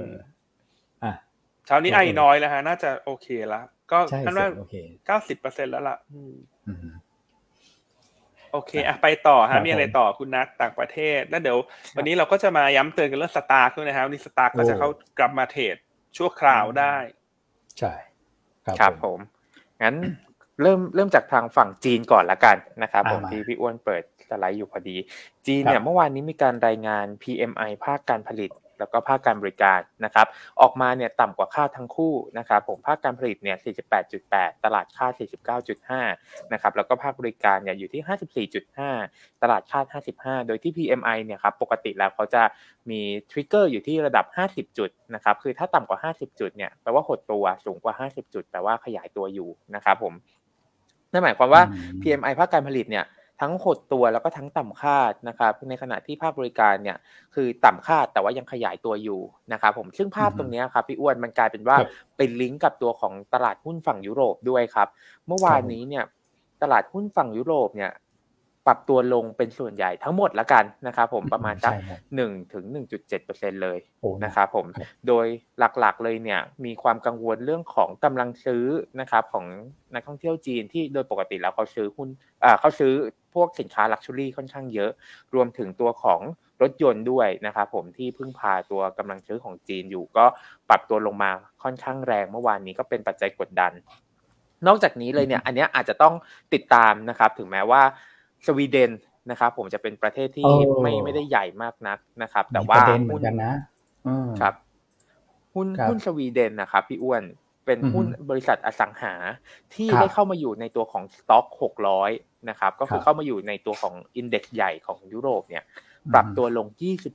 เช้านี้ไอ้น้อยแล้วฮะน่าจะโอเคแล้วก็คิดว่า 90% แล้วล่ะโอเคไปต่อฮะมีอะไรต่อคุณนัทต่างประเทศแล้วเดี๋ยววันนี้เราก็จะมาย้ำเตือนกันเรื่องสตาร์กด้วยนะครับวันนี้สตาร์กก็จะเข้ากลับมาเทรดชั่วคราวได้ใช่ครับผมงั้นเริ่มจากทางฝั่งจีนก่อนละกันนะครับผมที่พี่อ้วนเปิดสไลด์อยู่พอดีจีนเนี่ยเมื่อวานนี้มีการรายงาน PMI ภาคการผลิตแล้วก็ภาคการบริการนะครับออกมาเนี่ยต่ำกว่าคาดทั้งคู่นะครับผมภาคการผลิตเนี่ย 48.8 ตลาดคาด 49.5 นะครับแล้วก็ภาคบริการเนี่ยอยู่ที่ 54.5 ตลาดคาด 55 โดยที่ PMI เนี่ยครับปกติแล้วเขาจะมีทริกเกอร์อยู่ที่ระดับ 50 จุดนะครับคือถ้าต่ำกว่า 50 จุดเนี่ยแปลว่าหดตัวสูงกว่า 50 จุดแปลว่าขยายตัวอยู่นะครับผมนั่นหมายความว่า PMI ภาคการผลิตเนี่ยทั้งหดตัวแล้วก็ทั้งต่ำคาดนะครับในขณะที่ภาคบริการเนี่ยคือต่ำคาดแต่ว่ายังขยายตัวอยู่นะครับผมซึ่งภาพตรงนี้ครับพี่อ้วนมันกลายเป็นว่าเป็นลิงก์กับตัวของตลาดหุ้นฝั่งยุโรปด้วยครับเมื่อวานนี้เนี่ยตลาดหุ้นฝั่งยุโรปเนี่ยปรับตัวลงเป็นส่วนใหญ่ทั้งหมดละกันนะครับผมประมาณสัก 1-1.7% เลยนะครับผมโดยหลักๆเลยเนี่ยมีความกังวลเรื่องของกำลังซื้อนะครับของนักท่องเที่ยวจีนที่โดยปกติแล้วเขาซื้อหุ้นเขาซื้อพวกสินค้าลักชัวรี่ค่อนข้างเยอะรวมถึงตัวของรถยนต์ด้วยนะครับผมที่พึ่งพาตัวกำลังซื้อของจีนอยู่ก็ปรับตัวลงมาค่อนข้างแรงเมื่อวานนี้ก็เป็นปัจจัยกดดันนอกจากนี้เลยเนี่ยอันนี้อาจจะต้องติดตามนะครับถึงแม้ว่าสวีเดนนะครับผมจะเป็นประเทศที่ไม่ได้ใหญ่มากนักนะครับแต่ว่าหุ้นครับหุ้นสวีเดนนะครับพี่อ้วนเป็นหุ้นบริษัทอสังหาที่ได้เข้ามาอยู่ในตัวของสต็อก600นะครับก็คือเข้ามาอยู่ในตัวของอินเด็กซ์ใหญ่ของยุโรปเนี่ยปรับตัวลง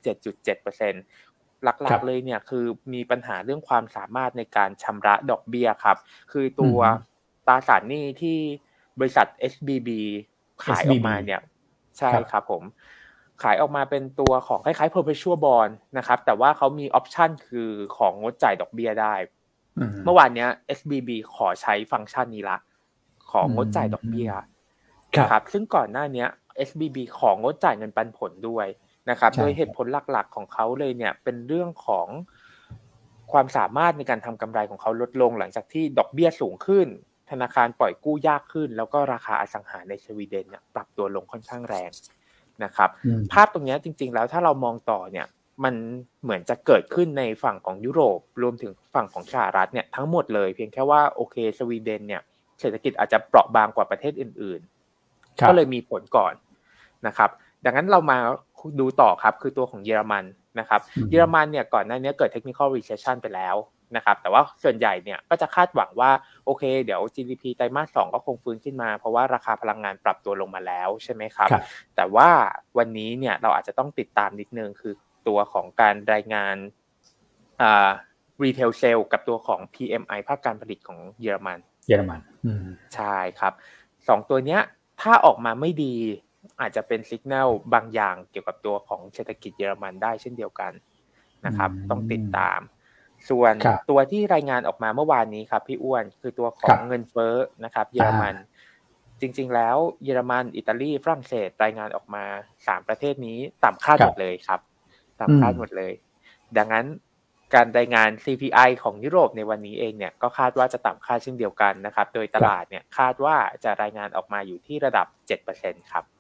27.7% หลักๆเลยเนี่ยคือมีปัญหาเรื่องความสามารถในการชำระดอกเบี้ยครับคือตัวตราสารหนี้ที่บริษัท SBB ขายออกมาเนี่ยใช่ครับผมขายออกมาเป็นตัวของคล้ายๆ perpetual bond นะครับแต่ว่าเขามีออปชันคือของงดจ่ายดอกเบี้ยได้เมื่อวานเนี้ย SBB ขอใช้ฟังก์ชันนี้ละของงดจ่ายดอกเบี้ยครับซึ่งก่อนหน้านี้ SBB ของงดจ่ายเงินปันผลด้วยนะครับโดยเหตุผลหลักๆของเขาเลยเนี่ยเป็นเรื่องของความสามารถในการทำกำไรของเขาลดลงหลังจากที่ดอกเบี้ยสูงขึ้นธนาคารปล่อยกู้ยากขึ้นแล้วก็ราคาอสังหาในสวีเดนเนี่ยปรับตัวลงค่อนข้างแรงนะครับภาพตรงนี้จริงๆแล้วถ้าเรามองต่อเนี่ยมันเหมือนจะเกิดขึ้นในฝั่งของยุโรปรวมถึงฝั่งของสหรัฐเนี่ยทั้งหมดเลยเพียงแค่ว่าโอเคสวีเดนเนี่ยเศรษฐกิจอาจจะเปราะบางกว่าประเทศอื่นๆก็เลยมีผลก่อนนะครับดังนั้นเรามาดูต่อครับคือตัวของเยอรมันนะครับเยอรมันเนี่ยก่อนหน้านี้เกิด technical recession ไปแล้วนะครับแต่ว่าส่วนใหญ่เนี่ยก็จะคาดหวังว่าโอเคเดี๋ยว GDP ไตรมาส 2ก็คงฟื้นขึ้นมาเพราะว่าราคาพลังงานปรับตัวลงมาแล้วใช่ไหมครับแต่ว่าวันนี้เนี่ยเราอาจจะต้องติดตามนิดนึงคือตัวของการรายงานretail sale กับตัวของ PMI ภาคการผลิตของเยอรมันใช่ครับ2ตัวเนี้ยถ้าออกมาไม่ดีอาจจะเป็นสัญญาณบางอย่างเกี่ยวกับตัวของเศรษฐกิจเยอรมันได้เช่นเดียวกันนะครับต้องติดตามส่วนตัวที่รายงานออกมาเมื่อวานนี้ครับพี่อ้วนคือตัวของเงินเฟ้อนะครับเยอรมันจริงๆแล้วเยอรมันอิตาลีฝรั่งเศสรายงานออกมา3ประเทศนี้ต่ำคาดหมดเลยครับต่ำคาดหมดเลยดังนั้นการรายงาน CPI ของยุโรปในวันนี้เองเนี่ยก็คาดว่าจะต่ำคาดเช่นเดียวกันนะครับโดยตลาดเนี่ยคาดว่าจะรายงานออกมาอยู่ที่ระดับ 7% ครับ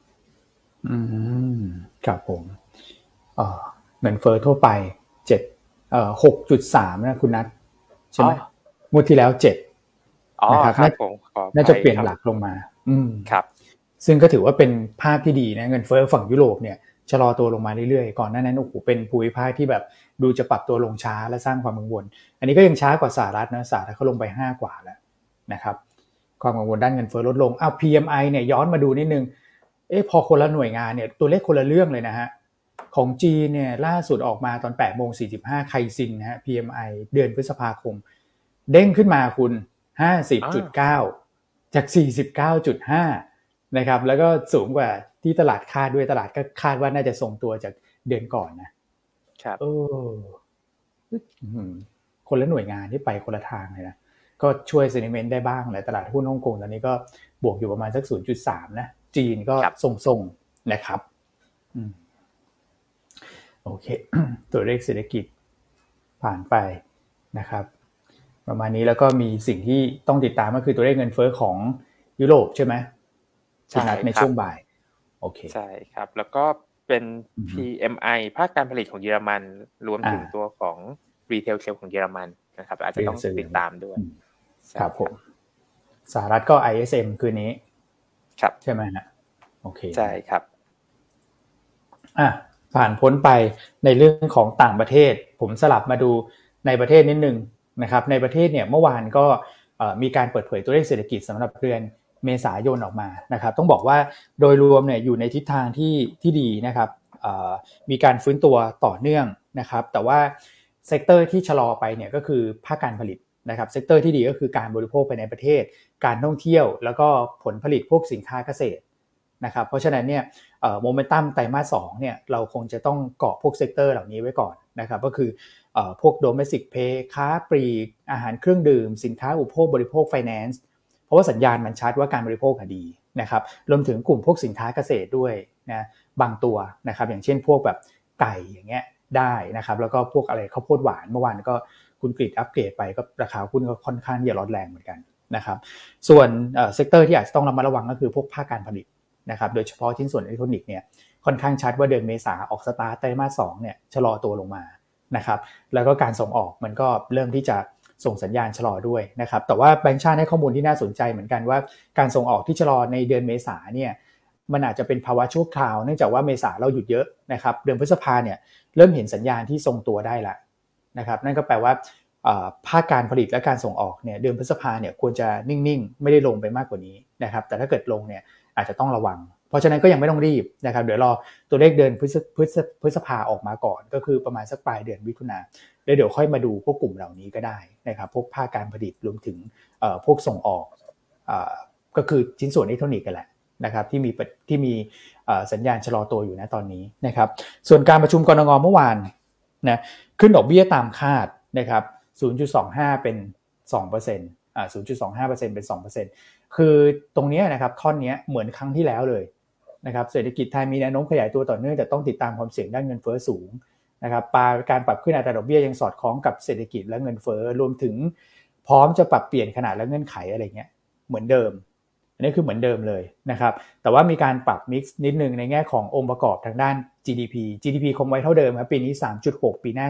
ครับผมเงินเฟ้อทั่วไป6.3 นะคุณนัทใช่ไหมงวดที่แล้ว7นะครับน่าจะเปลี่ยนหลักลงมาครับซึ่งก็ถือว่าเป็นภาพที่ดีนะเงินเฟ้อฝั่งยุโรปเนี่ยชะลอตัวลงมาเรื่อยๆก่อนหน้านั้นโอ้โหเป็นภูมิภาคที่แบบดูจะปรับตัวลงช้าและสร้างความกังวลอันนี้ก็ยังช้ากว่าสหรัฐนะสหรัฐเขาลงไป5กว่าแล้วนะครับความกังวลด้านเงินเฟ้อลดลงPMI เนี่ยย้อนมาดูนิดนึงพอคนละหน่วยงานเนี่ยตัวเลขคนละเรื่องเลยนะฮะของจีนเนี่ยล่าสุดออกมาตอน 8:45 ไคซินนะฮะ PMI เดือนพฤษภาคมเด้งขึ้นมาคุณ 50.9 จาก 49.5 นะครับแล้วก็สูงกว่าที่ตลาดคาดด้วยตลาดก็คาดว่าน่าจะทรงตัวจากเดือนก่อนนะครับคนละหน่วยงานที่ไปคนละทางเลยนะก็ช่วยเซนิเมนต์ได้บ้างแหละตลาดหุ้นฮ่องกงตอนนี้ก็บวกอยู่ประมาณสัก 0.3 นะจีนก็ทรงๆนะครับโอเค ตัวเลขเศรษฐกิจผ่านไปนะครับประมาณนี้แล้วก็มีสิ่งที่ต้องติดตามก็คือตัวเลขเงินเฟ้อของยุโรปใช่ไหมใช่ในช่วงบ่ายโอเคใช่ครับแล้วก็เป็น PMI ภาคการผลิตของเยอรมันรวมถึงตัวของ Retail Sale ของเยอรมันนะครับอาจจะต้องติดตามด้วยครับผมสหรัฐก็ ISM คืนนี้ครับใช่ไหมฮะโอเคใช่ครับผ่านพ้นไปในเรื่องของต่างประเทศผมสลับมาดูในประเทศนิดนึงนะครับในประเทศเนี่ยเมื่อวานก็มีการเปิดเผยตัวเลขเศรษฐกิจสำหรับเดือนเมษายนออกมานะครับต้องบอกว่าโดยรวมเนี่ยอยู่ในทิศทางที่ดีนะครับมีการฟื้นตัวต่อเนื่องนะครับแต่ว่าเซกเตอร์ที่ชะลอไปเนี่ยก็คือภาคการผลิตนะครับเซกเตอร์ที่ดีก็คือการบริโภคภายในประเทศการท่องเที่ยวแล้วก็ผลผลิตพวกสินค้าเกษตรนะครับเพราะฉะนั้นเนี่ยโมเมนตัมไตรมาส 2เนี่ยเราคงจะต้องเกาะพวกเซกเตอร์เหล่านี้ไว้ก่อนนะครับก็คือพวก Domestic Pay ค้าปลีกอาหารเครื่องดื่มสินค้าอุปโภคบริโภค Finance เพราะว่าสัญญาณมันชัดว่าการบริโภคดีนะครับรวมถึงกลุ่มพวกสินค้าเกษตรด้วยนะบางตัวนะครับอย่างเช่นพวกแบบไก่อย่างเงี้ยได้นะครับแล้วก็พวกอะไรข้าวโพดหวานเมื่อวานก็คุณกรีดอัปเกรดไปก็ราคาหุ้นก็ค่อนข้างจะร้อนแรงเหมือนกันนะครับส่วนเซกเตอร์ที่อาจจะต้องระมัดระวังก็คือพวกภาคการผลิตนะครับโดยเฉพาะชิ้นส่วนอิเล็กทรอนิกส์เนี่ยค่อนข้างชัดว่าเดือนเมษาออกสตาร์ทไตรมาส 2เนี่ยชะลอตัวลงมานะครับแล้วก็การส่งออกมันก็เริ่มที่จะส่งสัญญาณชะลอด้วยนะครับแต่ว่าแบงก์ชาติให้ข้อมูลที่น่าสนใจเหมือนกันว่าการส่งออกที่ชะลอในเดือนเมษาเนี่ยมันอาจจะเป็นภาวะชั่วคราวเนื่องจากว่าเมษาเราหยุดเยอะนะครับเดือนพฤษภาเนี่ยเริ่มเห็นสัญญาณที่ทรงตัวได้ละนะครับนั่นก็แปลว่าภาคการผลิตและการส่งออกเนี่ยเดือนพฤษภาเนี่ยควรจะนิ่งๆไม่ได้ลงไปมากกว่านี้นะครับแต่ถ้าเกิดลงเนี่ยอาจจะต้องระวังเพราะฉะนั้นก็ยังไม่ต้องรีบนะครับเดี๋ยวรอตัวเลขเดือนพฤษภาออกมาก่อนก็คือประมาณสักปลายเดือนมิถุนายนแล้วเดี๋ยวค่อยมาดูพวกกลุ่มเหล่านี้ก็ได้นะครับพวกภาคการผลิตรวมถึงพวกส่งออกก็คือชิ้นส่วนอิเล็กทรอนิกส์กันแหละนะครับที่มีสัญญาณชะลอตัวอยู่นะตอนนี้นะครับส่วนการประชุมกนง.เมื่อวานนะขึ้นดอกเบี้ยตามคาดนะครับ 0.25 เป็น 2% 0.25% เป็น 2%คือตรงนี้นะครับท่อนนี้เหมือนครั้งที่แล้วเลยนะครับเศรษฐกิจไทยมีแนวโน้มขยายตัวต่อเนื่องแต่ต้องติดตามความเสี่ยงด้านเงินเฟ้อสูงนะครับการปรับขึ้นอัตราดอกเบี้ยยังสอดคล้องกับเศรษฐกิจและเงินเฟ้อรวมถึงพร้อมจะปรับเปลี่ยนขนาดและเงื่อนไขอะไรเงี้ยเหมือนเดิมอันนี้คือเหมือนเดิมเลยนะครับแต่ว่ามีการปรับมิกซ์นิดนึงในแง่ขององค์ประกอบทางด้าน GDP คงไว้เท่าเดิมครับปีนี้ 3.6 ปีหน้า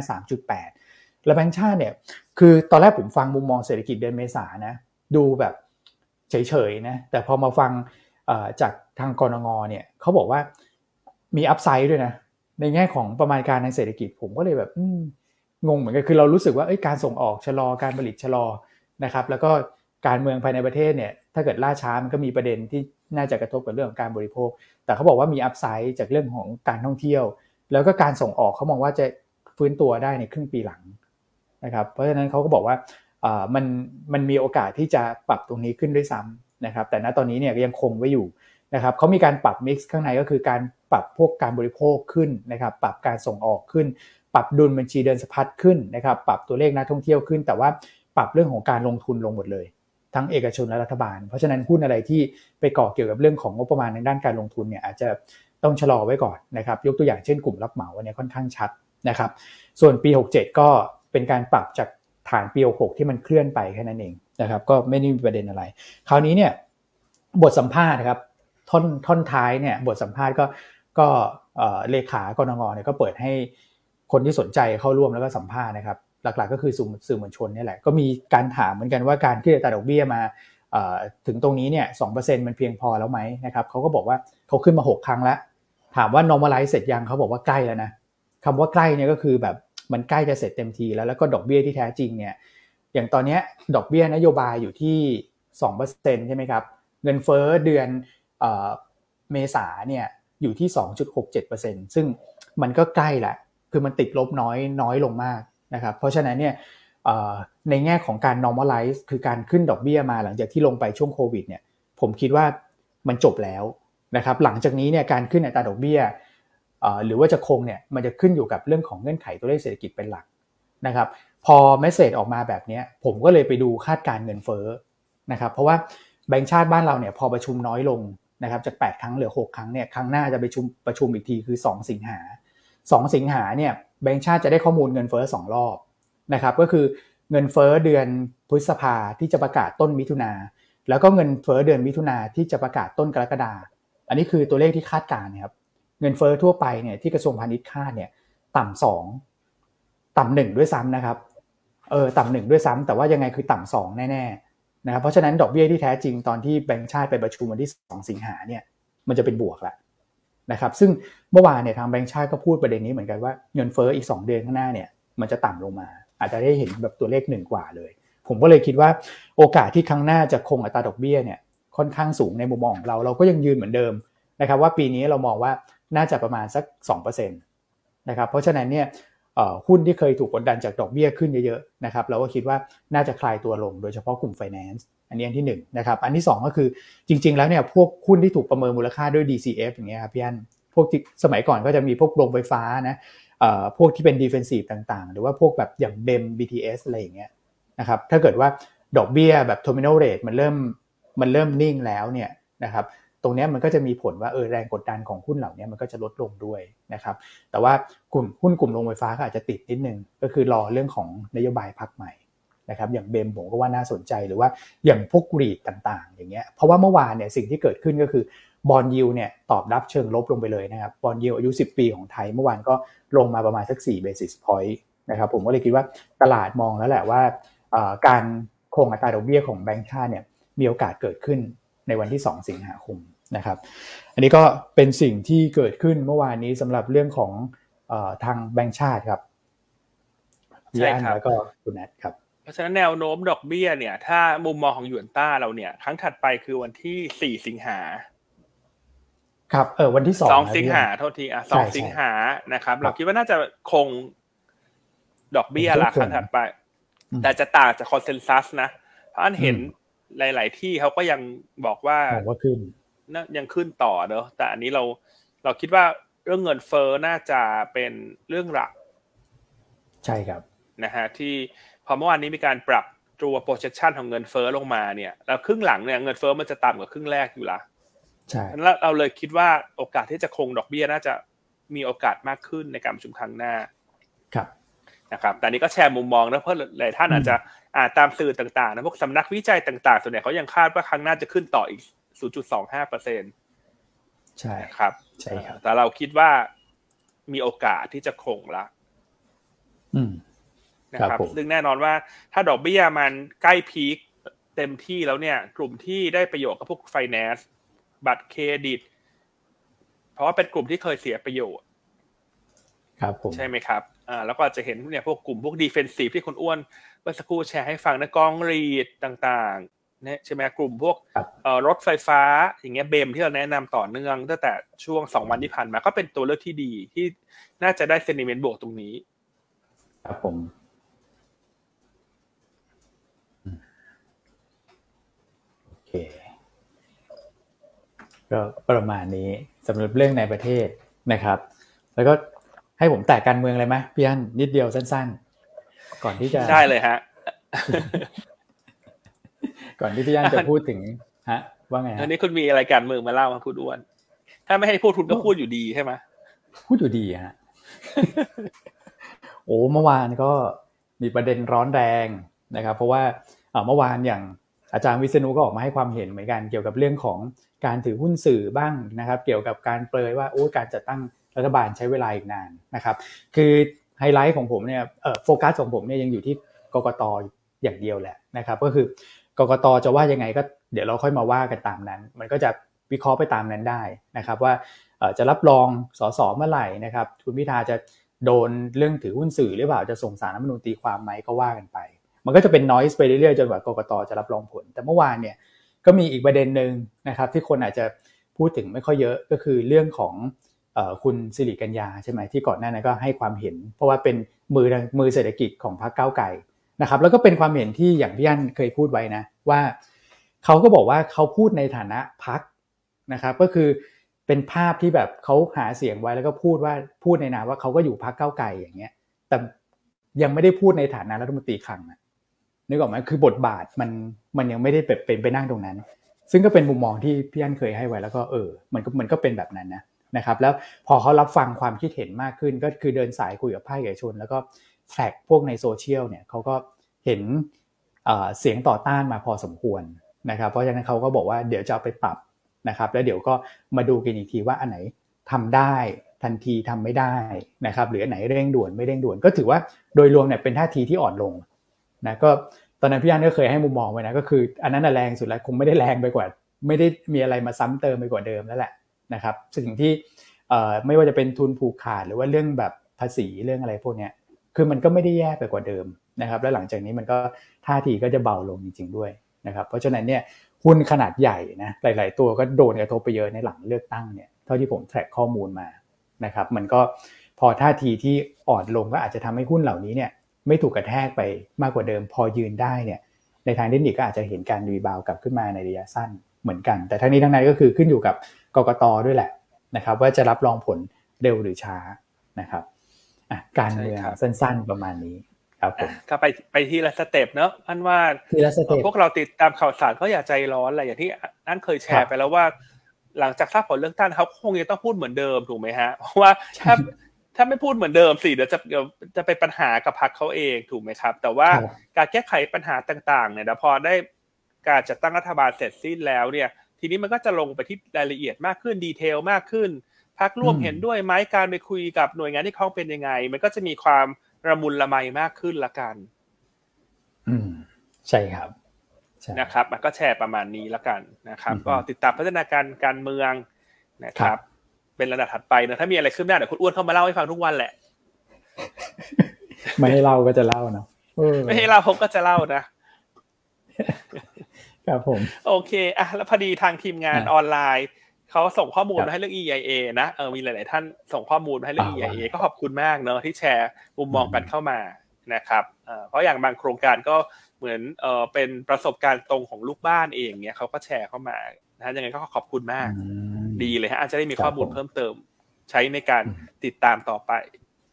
3.8 และแบงก์ชาติเนี่ยคือตอนแรกผมฟังมุมมองเศรษฐกิจเดือนเมษายนนะดูแบบเฉยๆนะแต่พอมาฟังจากทางกนง.เนี่ยเขาบอกว่ามีอัพไซด์ด้วยนะในแง่ของประมาณการทางเศรษฐกิจผมก็เลยแบบงงเหมือนกันคือเรารู้สึกว่าการส่งออกชะลอการผลิตชะลอนะครับแล้วก็การเมืองภายในประเทศเนี่ยถ้าเกิดล่าช้ามันก็มีประเด็นที่น่าจะกระทบกับเรื่องของการบริโภคแต่เขาบอกว่ามีอัพไซด์จากเรื่องของการท่องเที่ยวแล้วก็การส่งออกเขามองว่าจะฟื้นตัวได้ในครึ่งปีหลังนะครับเพราะฉะนั้นเขาก็บอกว่ามันมีโอกาสที่จะปรับตรงนี้ขึ้นด้วยซ้ำนะครับแต่ณตอนนี้เนี่ยยังคงไว้อยู่นะครับเขามีการปรับมิกซ์ข้างในก็คือการปรับพวกการบริโภคขึ้นนะครับปรับการส่งออกขึ้นปรับดุลบัญชีเดินสะพัดขึ้นนะครับปรับตัวเลขนักท่องเที่ยวขึ้นแต่ว่าปรับเรื่องของการลงทุนลงหมดเลยทั้งเอกชนและรัฐบาลเพราะฉะนั้นหุ้นอะไรที่ไปก่อเกี่ยวกับเรื่องของงบประมาณในด้านการลงทุนเนี่ยอาจจะต้องชะลอไว้ก่อนนะครับยกตัวอย่างเช่นกลุ่มรับเหมาอันนี้ค่อนข้างชัดนะครับส่วนปี67ก็เป็นการปรับจากฐานปี66ที่มันเคลื่อนไปแค่นั้นเองนะครับก็ไม่ได้มีประเด็นอะไรคราวนี้เนี่ยบทสัมภาษณ์นะครับท่อนท้ายเนี่ยบทสัมภาษณ์ก็เลขากนง.เนี่ยก็เปิดให้คนที่สนใจเข้าร่วมแล้วก็สัมภาษณ์นะครับหลักๆก็คือสื่อมวลชนนี่แหละก็มีการถามเหมือนกันว่าการขึ้นอัตราดอกเบี้ยมาถึงตรงนี้เนี่ย 2% มันเพียงพอแล้วไหมนะครับเขาก็บอกว่าเขาขึ้นมา6ครั้งแล้วถามว่า normalize เสร็จยังเขาบอกว่าใกล้แล้วนะคำว่าใกล้เนี่ยก็คือแบบมันใกล้จะเสร็จเต็มทีแล้วก็ดอกเบี้ยที่แท้จริงเนี่ยอย่างตอนนี้ดอกเบี้ยนโยบายอยู่ที่ 2% ใช่ไหมครับเงินเฟ้อเดือนเมษาเนี่ยอยู่ที่ 2.67% ซึ่งมันก็ใกล้แหละคือมันติดลบน้อยลงมากนะครับเพราะฉะนั้นเนี่ยในแง่ของการ normalize คือการขึ้นดอกเบี้ยมาหลังจากที่ลงไปช่วงโควิดเนี่ยผมคิดว่ามันจบแล้วนะครับหลังจากนี้เนี่ยการขึ้นอัตราดอกเบี้ยหรือว่าจะคงเนี่ยมันจะขึ้นอยู่กับเรื่องของเงื่อนไขตัวเลขเศรษฐกิจเป็นหลักนะครับพอเมสเสจออกมาแบบนี้ผมก็เลยไปดูคาดการเงินเฟ้อนะครับเพราะว่าแบงก์ชาติบ้านเราเนี่ยพอประชุมน้อยลงนะครับจาก8ครั้งเหลือ6ครั้งเนี่ยครั้งหน้าจะไปประชุมอีกทีคือ2สิงหาเนี่ยแบงก์ชาติจะได้ข้อมูลเงินเฟ้อ2รอบนะครับก็คือเงินเฟ้อเดือนพฤษภาที่จะประกาศต้นมิถุนาแล้วก็เงินเฟ้อเดือนมิถุนาที่จะประกาศต้นกรกฎาอันนี้คือตัวเลขที่คาดการณ์ครับเงินเฟ้อทั่วไปเนี่ยที่กระทรวงพาณิชย์คาดเนี่ยต่ำ2ต่ำ1ด้วยซ้ำนะครับต่ำ1ด้วยซ้ำแต่ว่ายังไงคือต่ำ2แน่ๆนะครับเพราะฉะนั้นดอกเบี้ยที่แท้จริงตอนที่แบงก์ชาติไปประชุมวันที่2สิงหาเนี่ยมันจะเป็นบวกละนะครับซึ่งเมื่อวานเนี่ยทางแบงก์ชาติก็พูดประเด็นนี้เหมือนกันว่าเงินเฟ้ออีก2เดือนข้างหน้าเนี่ยมันจะต่ำลงมาอาจจะได้เห็นแบบตัวเลข1กว่าเลยผมก็เลยคิดว่าโอกาสที่ครั้งหน้าจะคงอัตราดอกเบี้ยเนี่ยค่อนข้างสูงในมุมมองของเราก็ยังยืนเหมือนเดิมนะครับว่าปีนี้เรามองว่าน่าจะประมาณสัก 2% นะครับเพราะฉะนั้นเนี่ยหุ้นที่เคยถูกกดดันจากดอกเบี้ยขึ้นเยอะๆนะครับเราก็คิดว่าน่าจะคลายตัวลงโดยเฉพาะกลุ่ม Finance อันนี้อันที่1นะครับอันที่2ก็คือจริงๆแล้วเนี่ยพวกหุ้นที่ถูกประเมินมูลค่าด้วย DCF อย่างเงี้ยครับพี่อั้นพวกที่สมัยก่อนก็จะมีพวกโรงไฟฟ้านะพวกที่เป็น defensive ต่างๆหรือว่าพวกแบบอย่าง BEM BTS อะไรอย่างเงี้ยนะครับถ้าเกิดว่าดอกเบี้ยแบบ terminal rate มันเริ่มนิ่งแล้วเนี่ยนะครับตรงนี้มันก็จะมีผลว่าแรงกดดันของหุ้นเหล่านี้มันก็จะลดลงด้วยนะครับแต่ว่ากลุ่มโรงไฟฟ้าก็อาจจะติดนิดนึงก็คือรอเรื่องของนโยบายพรรคใหม่นะครับอย่างเบมผมก็ว่าน่าสนใจหรือว่าอย่างพวกรีทต่างๆอย่างเงี้ยเพราะว่าเมื่อวานเนี่ยสิ่งที่เกิดขึ้นก็คือบอนด์ยิลด์เนี่ยตอบรับเชิงลบลงไปเลยนะครับบอนด์ยิลด์อายุ10ปีของไทยเมื่อวานก็ลงมาประมาณสัก4 basis point นะครับผมก็เลยคิดว่าตลาดมองแล้วแหละว่าการคงอัตราดอกเบี้ยของแบงก์ชาติเนี่ยมีโอกาสเกิดขึ้นในวันที่2สิงหาคมนะครับอันนี้ก็เป็นสิ่งที่เกิดขึ้นเมื่อวานนี้สำหรับเรื่องของทางแบงก์ชาติครับใช่ครับแล้วก็คุณแอดครับเพราะฉะนั้นแนวโน้มดอกเบี้ยเนี่ยถ้ามุมมองของหยวนต้าเราเนี่ยครั้งถัดไปคือวันที่4สิงหาครับวันที่ 2สิงหาโทษที2สิงหานะครับเราคิดว่าน่าจะคงดอกเบี้ยละครั้งถัดไปแต่จะต่างจากคอนเซนซัสนะเพราะอันเห็นหลายๆที่เขาก็ยังบอกว่าขึ้นยังขึ้นต่อเนอะแต่อันนี้เราคิดว่าเรื่องเงินเฟ้อน่าจะเป็นเรื่องหลักใช่ครับนะฮะที่พอเมื่อวานนี้มีการปรับตัว projection ของเงินเฟ้อลงมาเนี่ยแล้วครึ่งหลังเนี่ยเงินเฟ้อมันจะต่ำกว่าครึ่งแรกอยู่ละใช่แล้วเราเลยคิดว่าโอกาสที่จะคงดอกเบี้ยน่าจะมีโอกาสมากขึ้นในการประชุมครั้งหน้าครับนะครับแต่นี้ก็แชร์มุมมองนะเพราะหลายท่านอาจจะอ่านตามสื่อต่างๆนะพวกสำนักวิจัยต่างๆส่วนใหญ่เขายังคาดว่าครั้งหน้าจะขึ้นต่ออีก 0.25% ใช่ครับใช่ครับแต่เราคิดว่ามีโอกาสที่จะคงละนะครับซึ่งแน่นอนว่าถ้าดอกเบี้ยมันใกล้พีคเต็มที่แล้วเนี่ยกลุ่มที่ได้ประโยชน์กับพวก finance บัตรเครดิตเพราะว่าเป็นกลุ่มที่เคยเสียประโยชน์ครับผมใช่ไหมครับแล้วก็จะเห็นเนี่ยพวกกลุ่มพวก defensive ที่คุณอ้วนเมื่อสักครู่แชร์ให้ฟังนะกองรีดต่างๆเนี่ยใช่ไหมกลุ่มพวกรถไฟฟ้าอย่างเงี้ยเบมที่เราแนะนำต่อเนื่องตั้งแต่ช่วง2วันที่ผ่านมาก็เป็นตัวเลือกที่ดีที่น่าจะได้ sentiment บวกตรงนี้ครับผมโอเคก็ประมาณนี้สำหรับเรื่องในประเทศนะครับแล้วก็ให้ผมแตะการเมืองเลยไหมพี่อั้นนิดเดียวสั้นๆก่อนที่จะได้เลยฮะก่อนที่พี่อั้นจะพูดถึงฮะว่าไงอันนี้คุณมีอะไรการเมืองมาเล่ามาพูดอ้วนถ้าไม่ให้พูดคุณก็พูดอยู่ดีใช่ไหมพูดอยู่ดีฮะ โอ้เมื่อวานก็มีประเด็นร้อนแรงนะครับเพราะว่าเมื่อวานอย่างอาจารย์วิษณุก็ออกมาให้ความเห็นเหมือนกันเกี่ยวกับเรื่องของการถือหุ้นสื่อบ้างนะครับเกี่ยวกับการเปรยว่าการจัดตั้งรัฐบาลใช้เวลาอีกนานนะครับคือไฮไลท์ของผมเนี่ยโฟกัสของผมเนี่ยยังอยู่ที่กกต.อย่างเดียวแหละนะครับก็คือกกต.จะว่ายังไงก็เดี๋ยวเราค่อยมาว่ากันตามนั้นมันก็จะวิเคราะห์ไปตามนั้นได้นะครับว่าจะรับรองสสเมื่อไหร่นะครับคุณพิธาจะโดนเรื่องถือหุ้นสื่อหรือเปล่าจะส่งศาลรัฐธรรมนูญตีความไหมก็ว่ากันไปมันก็จะเป็น noise ไปเรื่อยๆจนกว่ากกต.จะรับรองผลแต่เมื่อวานเนี่ยก็มีอีกประเด็นนึงนะครับที่คนอาจจะพูดถึงไม่ค่อยเยอะก็คือเรื่องของคุณสิริกัญญาใช่ไหมที่ก่อนหน้านั้นก็ให้ความเห็นเพราะว่าเป็นมือเศรษฐกิจของพรรคก้าวไกลนะครับแล้วก็เป็นความเห็นที่อย่างพี่อั้นเคยพูดไว้นะว่าเขาก็บอกว่าเขาพูดในฐานะพรรคนะครับก็คือเป็นภาพที่แบบเขาหาเสียงไว้แล้วก็พูดในนามว่าเขาก็อยู่พรรคก้าวไกลอย่างเงี้ยแต่ยังไม่ได้พูดในฐานะรัฐมนตรีคลังนะนึกออกไหมคือบทบาทมันยังไม่ได้เป็นไปนั่งตรงนั้นซึ่งก็เป็นมุมมองที่พี่อั้นเคยให้ไว้แล้วก็มันก็เป็นแบบนั้นนะครับแล้วพอเขารับฟังความคิดเห็นมากขึ้นก็คือเดินสายคุยกับภาคเอกชนแล้วก็แทร็กพวกในโซเชียลเนี่ยเขาก็เห็นเสียงต่อต้านมาพอสมควรนะครับเพราะฉะนั้นเขาก็บอกว่าเดี๋ยวจะเอาไปปรับนะครับแล้วเดี๋ยวก็มาดูกันอีกทีว่าอันไหนทำได้ทันทีทำไม่ได้นะครับหรืออันไหนเร่งด่วนไม่เร่งด่วนก็ถือว่าโดยรวมเนี่ยเป็นท่าทีที่อ่อนลงนะก็ตอนนั้นพี่อั้นก็เคยให้มุมมองไว้นะก็คืออันนั้นแรงสุดแล้วคงไม่ได้แรงไปกว่าไม่ได้มีอะไรมาซ้ำเติมไปกว่าเดิมแล้วแหละนะครับสิ่งที่ไม่ว่าจะเป็นทุนผูกขาดหรือว่าเรื่องแบบภาษีเรื่องอะไรพวกนี้คือมันก็ไม่ได้แย่ไปกว่าเดิมนะครับและหลังจากนี้มันก็ท่าทีก็จะเบาลงจริงๆด้วยนะครับเพราะฉะนั้นเนี่ยหุ้นขนาดใหญ่นะหลายๆตัวก็โดนกระทบไปเยอะในหลังเลือกตั้งเนี่ยเท่าที่ผมแทร็กข้อมูลมานะครับมันก็พอท่าทีที่อ่อนลงก็อาจจะทำให้หุ้นเหล่านี้เนี่ยไม่ถูกกระแทกไปมากกว่าเดิมพอยืนได้เนี่ยในทางเทคนิคก็อาจจะเห็นการรีบาวกลับขึ้นมาในระยะสั้นเหมือนกันแต่ทั้งนี้ทั้งนั้นก็คือขึ้นอยู่กับกกต.ด้วยแหละนะครับว่าจะรับรองผลเร็วหรือช้านะครับการเมืองสั้นๆประมาณนี้ครับผมก็ไปทีละสเต็ปเนอะอันว่าพวกเราติดตามข่าวสารก็อย่าใจร้อนอะไรอย่างที่อันเคยแชร์ไปแล้วว่าหลังจากทราบผลเลือกตั้งเขาคงจะต้องพูดเหมือนเดิมถูกไหมฮะเพราะว่าถ้าไม่พูดเหมือนเดิมสิเดี๋ยวจะเป็นปัญหากับพรรคเขาเองถูกไหมครับแต่ว่าการแก้ไขปัญหาต่างๆเนี่ยพอได้การจัดตั้งรัฐบาลเสร็จสิ้นแล้วเนี่ยทีนี้มันก็จะลงไปที่รายละเอียดมากขึ้นดีเทลมากขึ้นพรรคร่วมเห็นด้วยไหมการไปคุยกับหน่วยงานที่เขาเป็นยังไงมันก็จะมีความระมุนละไมมากขึ้นละกันใช่ครับนะครับมันก็แชร์ประมาณนี้ละกันนะครับก็ติดตามพัฒนาการการเมืองนะครับเป็นระดับถัดไปนะถ้ามีอะไรขึ้นหน้าเดี๋ยวคุณอ้วนเข้ามาเล่าให้ฟังทุกวันแหละไม่ให้เล่าก็จะเล่าเนาะไม่ให้เล่าผมก็จะเล่านะครับผมโอเคแล้วพอดีทางทีมงานออนไลน์เขาส่งข้อมูลมาให้เรื่อง EIA นะมีหลายๆท่านส่งข้อมูลมาให้เรื่อง EIA ก็ขอบคุณมากเนอะที่แชร์มุมมองกันเข้ามานะครับเพราะอย่างบางโครงการก็เหมือนเป็นประสบการณ์ตรงของลูกบ้านเองเนี่ยเขาก็แชร์เข้ามานะยังไงก็ขอบคุณมากดีเลยฮะอาจจะได้มีข้อมูลเพิ่มเติมใช้ในการติดตามต่อไป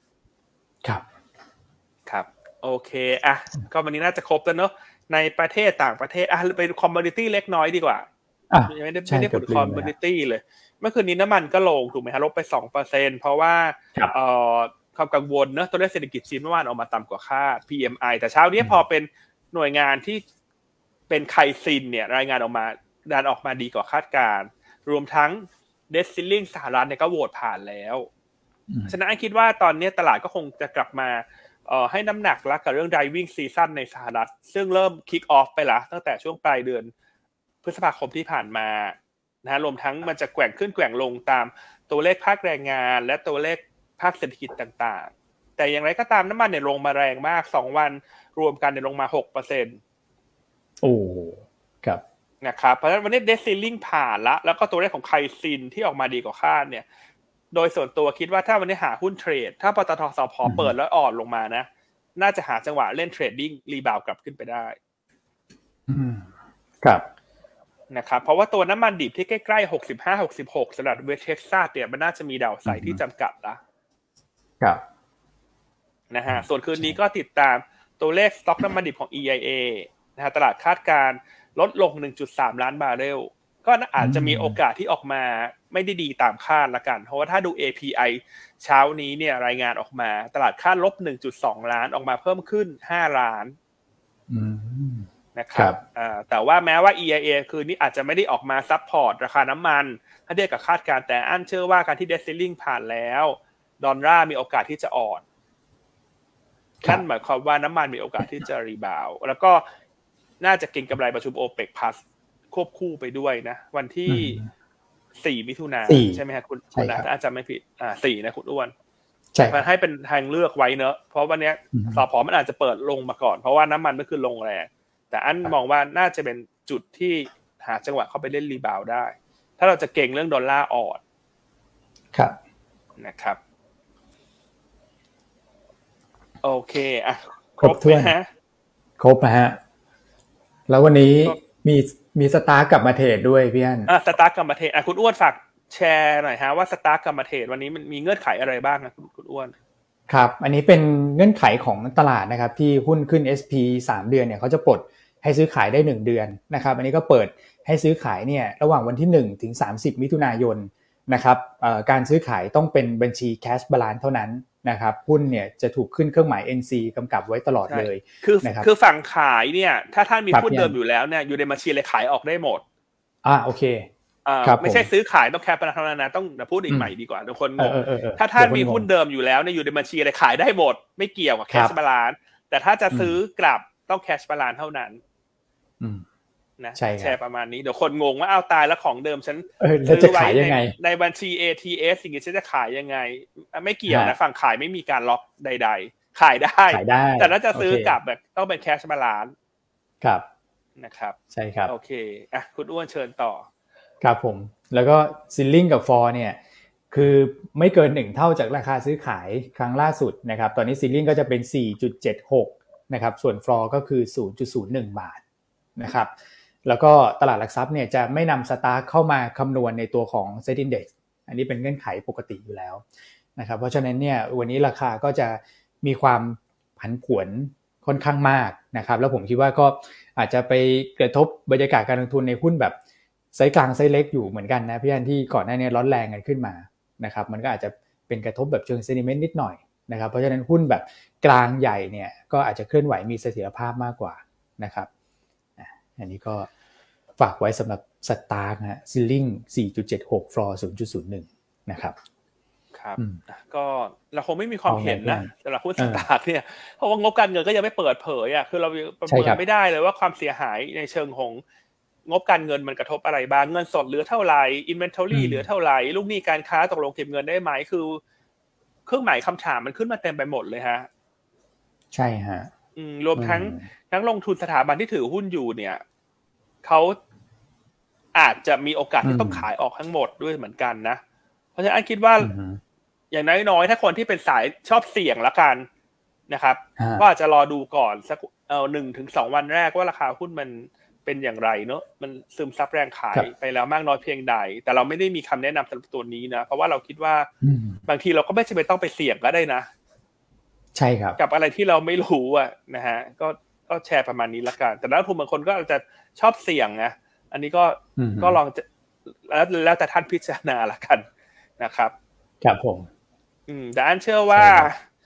ครับโอเคก็วันนี้น่าจะครบแล้วเนอะในประเทศต่างประเทศไปคอมมูนิตี้เล็กน้อยดีกว่าไม่ได้พูดคอมมูนิตี้เลยเมื่อคืนนี้น้ำมันก็ลงถูกไหมฮะลบไป 2% เพราะว่าความกังวลเนอะตัวเลขเศรษฐกิจจีนเมื่อวานออกมาต่ำกว่าคาด PMI แต่เช้านี้พอเป็นหน่วยงานที่เป็นไคซินเนี่ยรายงานออกมาดันออกมาดีกว่าคาดการรวมทั้งเดซซิลลิ่งสหรัฐเนี่ยก็โหวตผ่านแล้วฉะนั้นคิดว่าตอนนี้ตลาดก็คงจะกลับมาให้น้ำหนักละกับเรื่อง driving season ในสหรัฐซึ่งเริ่ม kick off ไปละตั้งแต่ช่วงปลายเดือนพฤษภาคมที่ผ่านมานะฮะรวมทั้งมันจะแกว่งขึ้นแกว่งลงตามตัวเลขภาคแรงงานและตัวเลขภาคเศรษฐกิจต่างๆแต่อย่างไรก็ตามน้ำมันเนี่ยลงมาแรงมาก2วันรวมกันเนี่ยลงมา 6% โอ้ครับนะครับเพราะฉะนั้นวันนี้เดซซิลลิ่งผ่านละแล้วก็ตัวเลขของไคซินที่ออกมาดีกว่าคาดเนี่ยโดยส่วนตัวคิดว่าถ้าวันนี้หาหุ้นเทรดถ้าปตท.สผ.เปิดแล้วอ่อนลงมานะน่าจะหาจังหวะเล่นเทรดดิ้งรีบาวกลับขึ้นไปได้ครับนะครับเพราะว่าตัวน้ำมันดิบที่ใกล้ๆ65-66สำหรับเวสเท็กซัสเนี่ยมันน่าจะมีดาวไซด์ที่จำกัดละครับนะฮะส่วนคืนนี้ก็ติดตามตัวเลขสต็อกน้ำมันดิบของ EIA นะฮะตลาดคาดการลดลง 1.3 ล้านบาร์เรลก็อาจจะมีโอกาสที่ออกมาไม่ได้ดีตามคาดละกันเพราะว่าถ้าดู API เช้านี้เนี่ยรายงานออกมาตลาดคาดลบ 1.2 ล้านออกมาเพิ่มขึ้น5ล้านนะครับแต่ว่าแม้ว่า EIA คืนนี้อาจจะไม่ได้ออกมาซัพพอร์ตราคาน้ำมันถ้าเทียบกับคาดการแต่อันเชื่อว่าการที่เดซซิลลิ่งผ่านแล้วดอลลาร์มีโอกาสที่จะอ่อนนั่นหมายความว่าน้ำมันมีโอกาสที่จะรีบาวแล้วก็น่าจะเก็งกำไรประชุม OPEC Plus ควบคู่ไปด้วยนะวันที่4มิถุนายนใช่ไหมครับคุณนะถ้าอาจจะไม่ผิด4นะคุณอ้วนใช่มันให้เป็นทางเลือกไว้เนอะเพราะวันนี้สผ.มันอาจจะเปิดลงมาก่อนเพราะว่าน้ำมันไม่คือลงแรงแต่อันมองว่าน่าจะเป็นจุดที่หาจังหวะเข้าไปเล่นรีบาวได้ถ้าเราจะเก่งเรื่องดอลลาร์อ่อนครับนะครับโอเคอ่ะครบถ้วนฮะครบนะฮะแล้ววันนี้มีสตาร์กลับมาเทรดด้วยพี่อั้นสตาร์กลับมาเทรดคุณอ้วนฝากแชร์หน่อยฮะว่าสตาร์กลับมาเทรดวันนี้มันมีเงื่อนไขอะไรบ้างนะคุณอ้วนครับอันนี้เป็นเงื่อนไขของตลาดนะครับที่หุ้นขึ้น SP 3 เดือนเนี่ยเขาจะปลดให้ซื้อขายได้1เดือนนะครับอันนี้ก็เปิดให้ซื้อขายเนี่ยระหว่างวันที่1ถึง30มิถุนายนนะครับการซื้อขายต้องเป็นบัญชี cash balance เท่านั้นนะครับหุ้นเนี่ยจะถูกขึ้นเครื่องหมาย NC กำกับไว้ตลอดเลยคือฝั่งขายเนี่ยถ้าท่านมีหุ้นเดิมอยู่แล้วเนี่ยอยู่ในบัญชีเลยขายออกได้หมดโอเคไม่ใช่ซื้อขายต้องแคปเท่านั้นนะต้องพูดอีกใหม่ดีกว่าทุกคนงงถ้าท่านมีหุ้นเดิมอยู่แล้วเนี่ยอยู่ในบัญชีเลยขายได้หมดไม่เกี่ยวกับ cash balance แต่ถ้าจะซื้อกลับต้อง cash balance เท่านั้นนะแชร์ประมาณนี้เดี๋ยวคนงงว่าตายแล้วของเดิมฉันซื้อไว้ในบัญชี ATS สิ่งนี้ฉันจะขายยังไงไม่เกี่ยวนะฝั่งขายไม่มีการล็อกใดๆขายได้แต่ถ้าจะซื้อกลับแบบต้องเป็น cash balance ครับนะครับใช่ครับโอเคคุณอ้วนเชิญต่อครับผมแล้วก็ซิลลิ่งกับฟอร์เนี่ยคือไม่เกิน1เท่าจากราคาซื้อขายครั้งล่าสุดนะครับตอนนี้ซิลลิ่งก็จะเป็น 4.76 นะครับส่วนฟลอร์ก็คือ 0.01 บาทนะครับแล้วก็ตลาดหลักทรัพย์เนี่ยจะไม่นำสตาร์กเข้ามาคำนวณในตัวของ Set Index อันนี้เป็นเงื่อนไขปกติอยู่แล้วนะครับเพราะฉะนั้นเนี่ยวันนี้ราคาก็จะมีความผันผวนค่อนข้างมากนะครับแล้วผมคิดว่าก็อาจจะไปกระทบบรรยากาศการลงทุนในหุ้นแบบไซส์กลางไซส์เล็กอยู่เหมือนกันนะพี่อันที่ก่อนหน้านี้ร้อนแรงกันขึ้นมานะครับมันก็อาจจะเป็นกระทบแบบเชิงเซนิเมนต์นิดหน่อยนะครับเพราะฉะนั้นหุ้นแบบกลางใหญ่เนี่ยก็อาจจะเคลื่อนไหวมีเสถียรภาพมากกว่านะครับอันนี้ก็ฝากไว้สำหรับสตาร์กฮะซิลลิ่ง 4.76 ฟลอร์ 0.01 นะครับครับก็เราคงไม่มีความเห็นนะสำหรับหุ้นสตาร์กเนี่ยเพราะว่างบการเงินก็ยังไม่เปิดเผยคือเราประเมินไม่ได้เลยว่าความเสียหายในเชิงของงบการเงินมันกระทบอะไรบ้างเงินสดเหลือเท่าไหร่ inventory เหลือเท่าไหร่ลูกหนี้การค้าตกลงเก็บเงินได้ไหมคือเครื่องหมายคำถามมันขึ้นมาเต็มไปหมดเลยฮะใช่ฮะรวมทั้งนักลงทุนสถาบันที่ถือหุ้นอยู่เนี่ยเขาอาจจะมีโอกาสที่ต้องขายออกทั้งหมดด้วยเหมือนกันนะเพราะฉะนั้นอันคิดว่าอย่างน้อยๆถ้าคนที่เป็นสายชอบเสี่ยงละกันนะครับก็อาจจะรอดูก่อนสัก1-2 วันแรกว่าราคาหุ้นมันเป็นอย่างไรเนอะมันซึมซับแรงขายไปแล้วมากน้อยเพียงใดแต่เราไม่ได้มีคำแนะนำสำหรับตัวนี้นะเพราะว่าเราคิดว่าบางทีเราก็ไม่จำเป็นต้องไปเสี่ยงก็ได้นะใช่ครับกับอะไรที่เราไม่รู้นะฮะก็แชร์ประมาณนี้ละกันแต่นักลงทุนบางคนก็อาจจะชอบเสี่ยงนะอันนี้ก็ลองแล้วแต่ท่านพิจารณาละกันนะครับครับผมแต่อันเชื่อว่า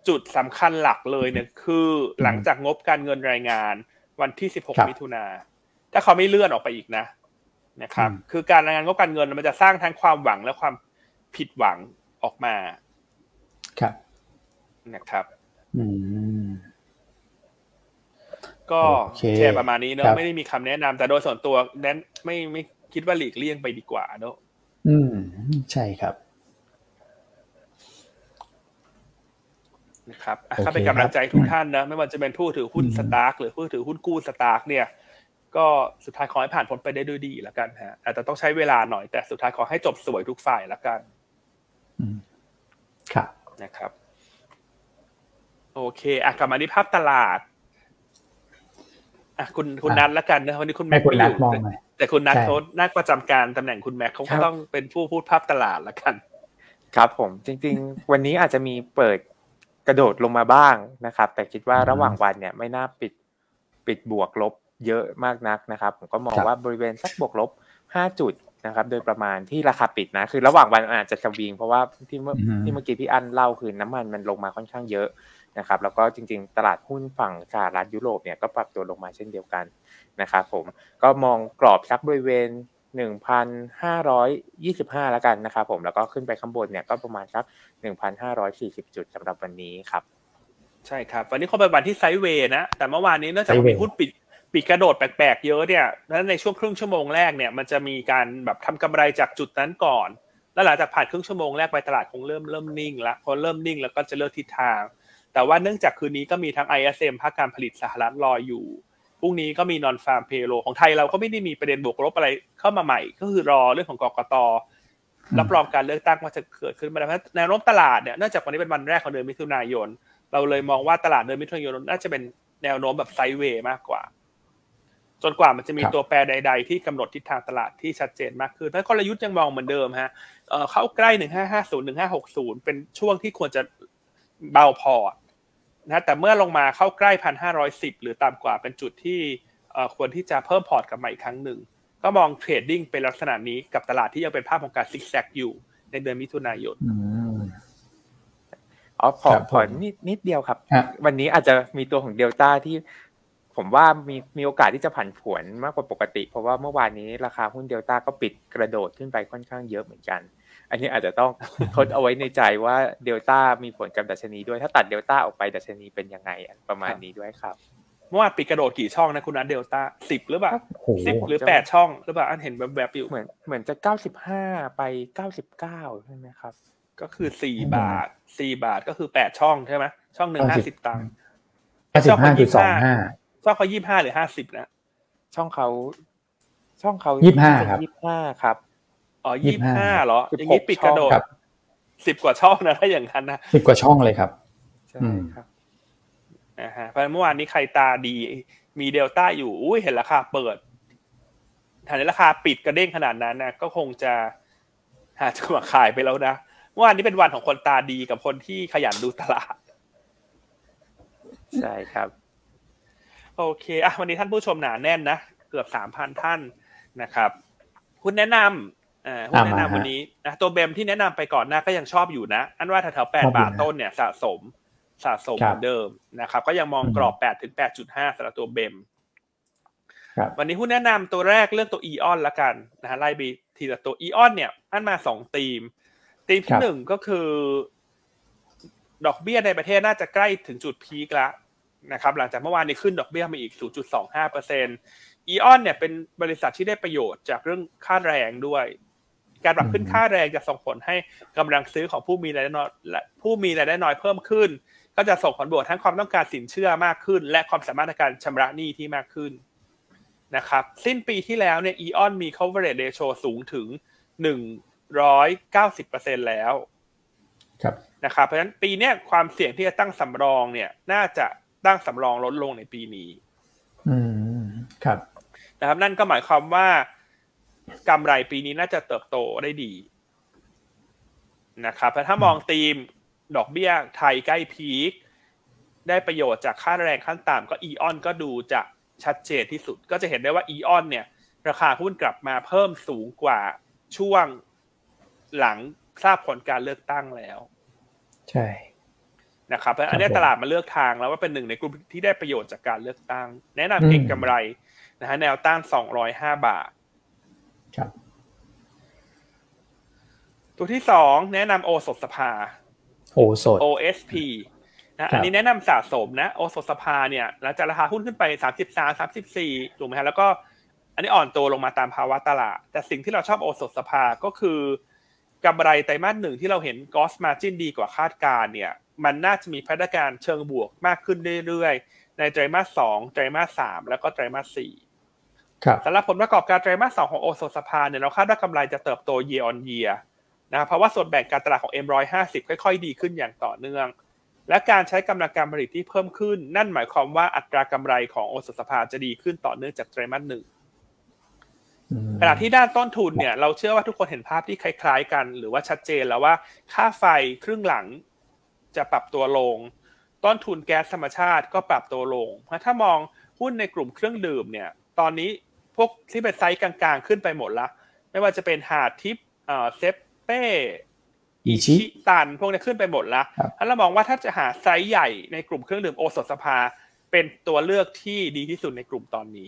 จุดสำคัญหลักเลยเนี่ยคือหลังจากงบการเงินรายงานวันที่16มิถุนายนถ้าเขาไม่เลื่อนออกไปอีกนะครับคือการรายงานงบการเงินมันจะสร้างทั้งความหวังและความผิดหวังออกมาครับนะครับก็แชร์ประมาณนี้เนอะไม่ได้มีคำแนะนำแต่โดยส่วนตัวนั้นไม่คิดว่าหลีกเลี่ยงไปดีกว่าเนอะใช่ครับนะครับก็เป็นกำลังใจทุกท่านนะไม่ว่าจะเป็นผู้ถือหุ้นสตาร์กหรือผู้ถือหุ้นกู้สตาร์กเนี่ยก็สุดท้ายขอให้ผ่านพ้นไปได้ด้วยดีแล้วกันฮะอาจจะต้องใช้เวลาหน่อยแต่สุดท้ายขอให้จบสวยทุกฝ่ายแล้วกันครับนะครับโอเคกลับมาที่ภาพตลาดคุณนัทแล้วกันนะวันนี้คุณแม็กไม่อยู่แต่คุณนัทเขานักประจำการตำแหน่งคุณแม็กเขาก็ต้องเป็นผู้พูดภาพตลาดแล้วกันครับผมจริงๆวันนี้อาจจะมีเปิดกระโดดลงมาบ้างนะครับแต่คิดว่าระหว่างวันเนี่ยไม่น่าปิดบวกลบเยอะมากนักนะครับผมก็มองว่าบริเวณสักบวกลบ5จุดนะครับโดยประมาณที่ราคาปิดนะคือระหว่างวันอาจจะสวิงเพราะว่าที่เมื่อกี้พี่อั้นเล่าคือน้ำมันลงมาค่อนข้างเยอะนะครับแล้วก็จริงๆตลาดหุ้นฝั่งสหรัฐยุโรปเนี่ยก็ปรับตัวลงมาเช่นเดียวกันนะครับผมก็มองกรอบสักบริเวณ 1,525 แล้วกันนะครับผมแล้วก็ขึ้นไปข้างบนเนี่ยก็ประมาณสัก 1,540 จุดสำหรับวันนี้ครับใช่ครับวันนี้คงเป็นวันที่ไซด์เวย์นะแต่เมื่อวานนี้เนื่องจากมีหุ้นปิดกระโดดแปลกๆเยอะเนี่ยแล้วในช่วงครึ่งชั่วโมงแรกเนี่ยมันจะมีการแบบทำกำไรจากจุดนั้นก่อนแล้วหลังจากผ่านครึ่งชั่วโมงแรกไปตลาดคงเริ่มนิ่งแล้วพอเริ่มนิ่งแล้วก็จะเลือกทิศทางแต่ว่าเนื่องจากคืนนี้ก็มีทั้ง ISM ภาคการผลิตสหรัฐรออยู่พรุ่งนี้ก็มี Non Farm Payroll ของไทยเราก็ไม่ได้มีประเด็นบวกลบอะไรเข้ามาใหม่ก็คือรอเรื่องของกกต.รับรองการเลือกตั้งว่าจะเกิดขึ้นเมื่อไหร่แนวโน้มตลาดเนี่ยเนื่องจากวันนี้เป็นวันแรกของเดือนมิถุนายนเราเลยมองว่าตลาดเดือนมิถุนายนน่าจะเป็นแนวโน้มแบบไซด์เวย์มากกว่าจนกว่ามันจะมีตัวแปรใดๆที่กำหนดทิศทางตลาดที่ชัดเจนมากขึ้นถ้ากลยุทธ์ยังมองเหมือนเดิมฮะเข้าใกล้1550 1560เป็นช่วงที่ควรจะเบาพอนะแต่เมื่อลงมาเข้าใกล้ 1,510 หรือต่ำกว่าเป็นจุดที่ควรที่จะเพิ่มพอร์ตกลับมาอีกครั้งหนึ่งก็มองเทรดดิ้งเป็นลักษณะนี้กับตลาดที่ยังเป็นภาพของการซิกแซกอยู่ในเดือนมิถุนายนขอนิดเดียวครับวันนี้อาจจะมีตัวของเดลต้าที่ผมว่ามีโอกาสที่จะผันผวนมากกว่าปกติเพราะว่าเมื่อวานนี้ราคาหุ้นเดลต้าก็ปิดกระโดดขึ้นไปค่อนข้างเยอะเหมือนกันอันนี้อาจจะต้องทดเอาไว้ในใจว่าเดลต้ามีผลกับดัชนีด้วยถ้าตัดเดลต้าออกไปดัชนีเป็นยังไงประมาณนี้ด้วยครับเมื่อวานปิดกระโดดกี่ช่องนะคุณนัทเดลต้า10หรือเปล่า10หรือ8ช่องหรือเปล่าอันเห็นแบบๆอยู่เหมือนจะ95ไป99ใช่ไหมครับก็คือ4 บาทก็คือ8ช่องใช่ไหมช่องนึง50ตังค์ช่องเขา25 ช่องเขา25หรือ50นะช่องเขา 25ครับ 25ครับอ๋อ25เหรออย่างงี้ปิดกระโดด10กว่าช่องนะถ้าอย่างนั้นนะ 10กว่าช่องเลยครับใช่ครับเพราะเมื่อวานนี้ใครตาดีมีเดลต้าอยู่เห็นราคาเปิดถ้าในราคาปิดกระเด้งขนาดนั้นนะก็คงจะหาจังหวะขายไปแล้วนะเมื่อวานนี้เป็นวันของคนตาดีกับคนที่ขยันดูตลาดใช่ครับโอเควันนี้ท่านผู้ชมหนาแน่นนะเกือบ 3,000 ท่านนะครับคุณแนะนำหุ้นแนะนำวันนี้นะตัวเบมที่แนะนำไปก่อนหน้าก็ยังชอบอยู่นะอันว่าแถวๆ8 บาทต้นเนี่ยสะสมเหมือนเดิมนะครับก็ยังมองกรอบ8ถึง 8.5 สำหรับตัวเบมวันนี้หุ้นแนะนำตัวแรกเลือกตัวอีออนละกันนะฮะไล่ไปทีละตัวอีออนเนี่ยอันมา2ธีมที่1ก็คือดอกเบี้ยในประเทศน่าจะใกล้ถึงจุดพีคแล้วนะครับหลังจากเมื่อวานนี้ขึ้นดอกเบี้ยมาอีก 0.25%อีออนเนี่ยเป็นบริษัทที่ได้ประโยชน์จากเรื่องค่าแรงด้วยการปรับขึ้นค่าแรงจะส่งผลให้กำลังซื้อของผู้มีรายได้น้อยและผู้มีรายได้น้อยเพิ่มขึ้นก็จะส่งผลบวกทั้งความต้องการสินเชื่อมากขึ้นและความสามารถในการชำระหนี้ที่มากขึ้นนะครับสิ้นปีที่แล้วเนี่ยอีออนมี coverage ratio สูงถึง 190% แล้วนะครับเพราะฉะนั้นปีนี้ความเสี่ยงที่จะตั้งสำรองเนี่ยน่าจะตั้งสำรองลดลงในปีนี้ครับนะครับนั่นก็หมายความว่ากำไรปีนี้น่าจะเติบโตได้ดีนะครับถ้ามองธีมดอกเบี้ยไทยใกล้พีคได้ประโยชน์จากค่าแรงขั้นต่ำก็อีออนก็ดูจะชัดเจนที่สุดก็จะเห็นได้ว่าอีออนเนี่ยราคาหุ้นกลับมาเพิ่มสูงกว่าช่วงหลังทราบผลการเลือกตั้งแล้วใช่นะครับอันนี้ตลาดมาเลือกทางแล้วว่าเป็นหนึ่งในกลุ่มที่ได้ประโยชน์จากการเลือกตั้งแนะนำเก็งกำไรนะฮะแนวต้าน205 บาทครับตัวที่2แนะนำโอสถสภาOSP นะอันนี้แนะนำสะสมนะโอสถสภาเนี่ยหลังจากราคาหุ้นขึ้นไป33 34ถูกไหมฮะแล้วก็อันนี้อ่อนตัวลงมาตามภาวะตลาดแต่สิ่งที่เราชอบโอสถสภาก็คือกำไรไตรมาส1ที่เราเห็น gross margin ดีกว่าคาดการณ์เนี่ยมันน่าจะมีพัฒนาการเชิงบวกมากขึ้นเรื่อยๆในไตรมาส2ไตรมาส3แล้วก็ไตรมาส4ครับสำหรับผลประกอบการไตรมาส2ของโอสถสภาเนี่ยเราคาดว่ากำไรจะเติบโต year on year นะเพราะว่าส่วนแบ่งการตลาดของ M150 ค่อยๆดีขึ้นอย่างต่อเนื่องและการใช้กำลังการผลิตที่เพิ่มขึ้นนั่นหมายความว่าอัตรากำไรของโอสถสภาจะดีขึ้นต่อเนื่องจากไตรมาส1ขณะที่ด้านต้นทุนเนี่ยเราเชื่อว่าทุกคนเห็นภาพที่คล้ายๆกันหรือว่าชัดเจนแล้วว่าค่าไฟครึ่งหลังจะปรับตัวลงต้นทุนแก๊สธรรมชาติก็ปรับตัวลงเพราะถ้ามองหุ้นในกลุ่มเครื่องดื่มเนี่ยตอนนี้พวกที่เป็นไซส์กลางๆขึ้นไปหมดละไม่ว่าจะเป็นหาดทิปเซฟเป้อิชิตันพวกนี้ขึ้นไปหมดแล้วถ้าเรามองว่าถ้าจะหาไซส์ใหญ่ในกลุ่มเครื่องดื่มโอสถสภาเป็นตัวเลือกที่ดีที่สุดในกลุ่มตอนนี้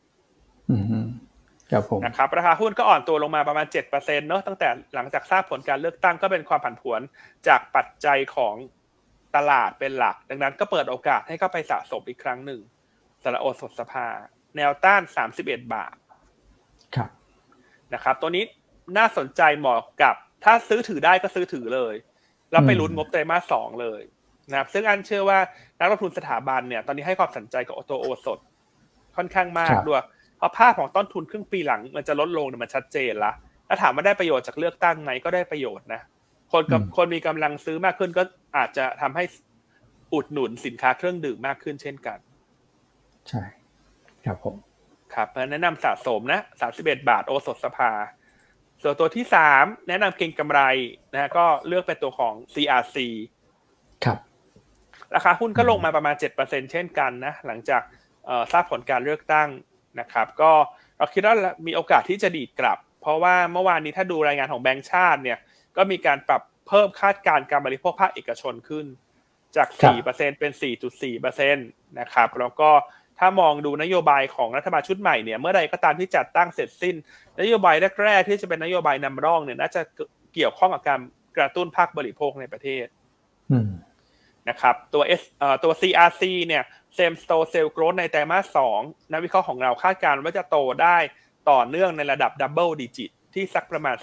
ครับผมนะครับราคาหุ้นก็อ่อนตัวลงมาประมาณ 7% เนอะตั้งแต่หลังจากทราบผลการเลือกตั้งก็เป็นความผันผวนจากปัจจัยของตลาดเป็นหลักดังนั้นก็เปิดโอกาสให้เข้าไปสะสมอีกครั้งหนึ่งสำหรับโอสถสภาแนวต้าน31 บาทครับนะครับตัวนี้น่าสนใจเหมาะกับถ้าซื้อถือได้ก็ซื้อถือเลยแล้วไปลุ้นงบไตรมาส2เลยนะครับซึ่งอันเชื่อว่านักลงทุนสถาบันเนี่ยตอนนี้ให้ความสนใจกับตัวโอสถค่อนข้างมากด้วยเพราะภาพของต้นทุนครึ่งปีหลังมันจะลดลงเนี่ยมันชัดเจนละถ้าถามว่าได้ประโยชน์จากเลือกตั้งไหมก็ได้ประโยชน์นะคนมีกำลังซื้อมากขึ้นก็อาจจะทำให้อุดหนุนสินค้าเครื่องดื่มมากขึ้นเช่นกันใช่ครับผมครับแนะนำสะสมนะ31 บาทโอสถสภาส่วนตัวที่3แนะนำเก็งกำไรนะก็เลือกเป็นตัวของ CRC ครับราคาหุ้นก็ลงมาประมาณ 7% เช่นกันนะหลังจากทราบผลการเลือกตั้งนะครับก็เราคิดว่ามีโอกาสที่จะดีดกลับเพราะว่าเมื่อวานนี้ถ้าดูรายงานของแบงก์ชาติเนี่ยก็มีการปรับเพิ่มคาดการณ์การบริโภคภาคเอกชนขึ้นจาก 4% เป็น 4.4% นะครับแล้วก็ถ้ามองดูนโยบายของรัฐบาลชุดใหม่เนี่ยเมื่อใดก็ตามที่จัดตั้งเสร็จสิ้นนโยบายแรกๆที่จะเป็นนโยบายนำร่องเนี่ยน่าจะเกี่ยวข้องกับการกระตุ้นภาคบริโภคในประเทศนะครับตัว CRC เนี่ย Same Store Sales Growth ในไตรมาส2นักวิเคราะห์ของเราคาดการณ์ว่าจะโตได้ต่อเนื่องในระดับ Double Digit ที่สักประมาณ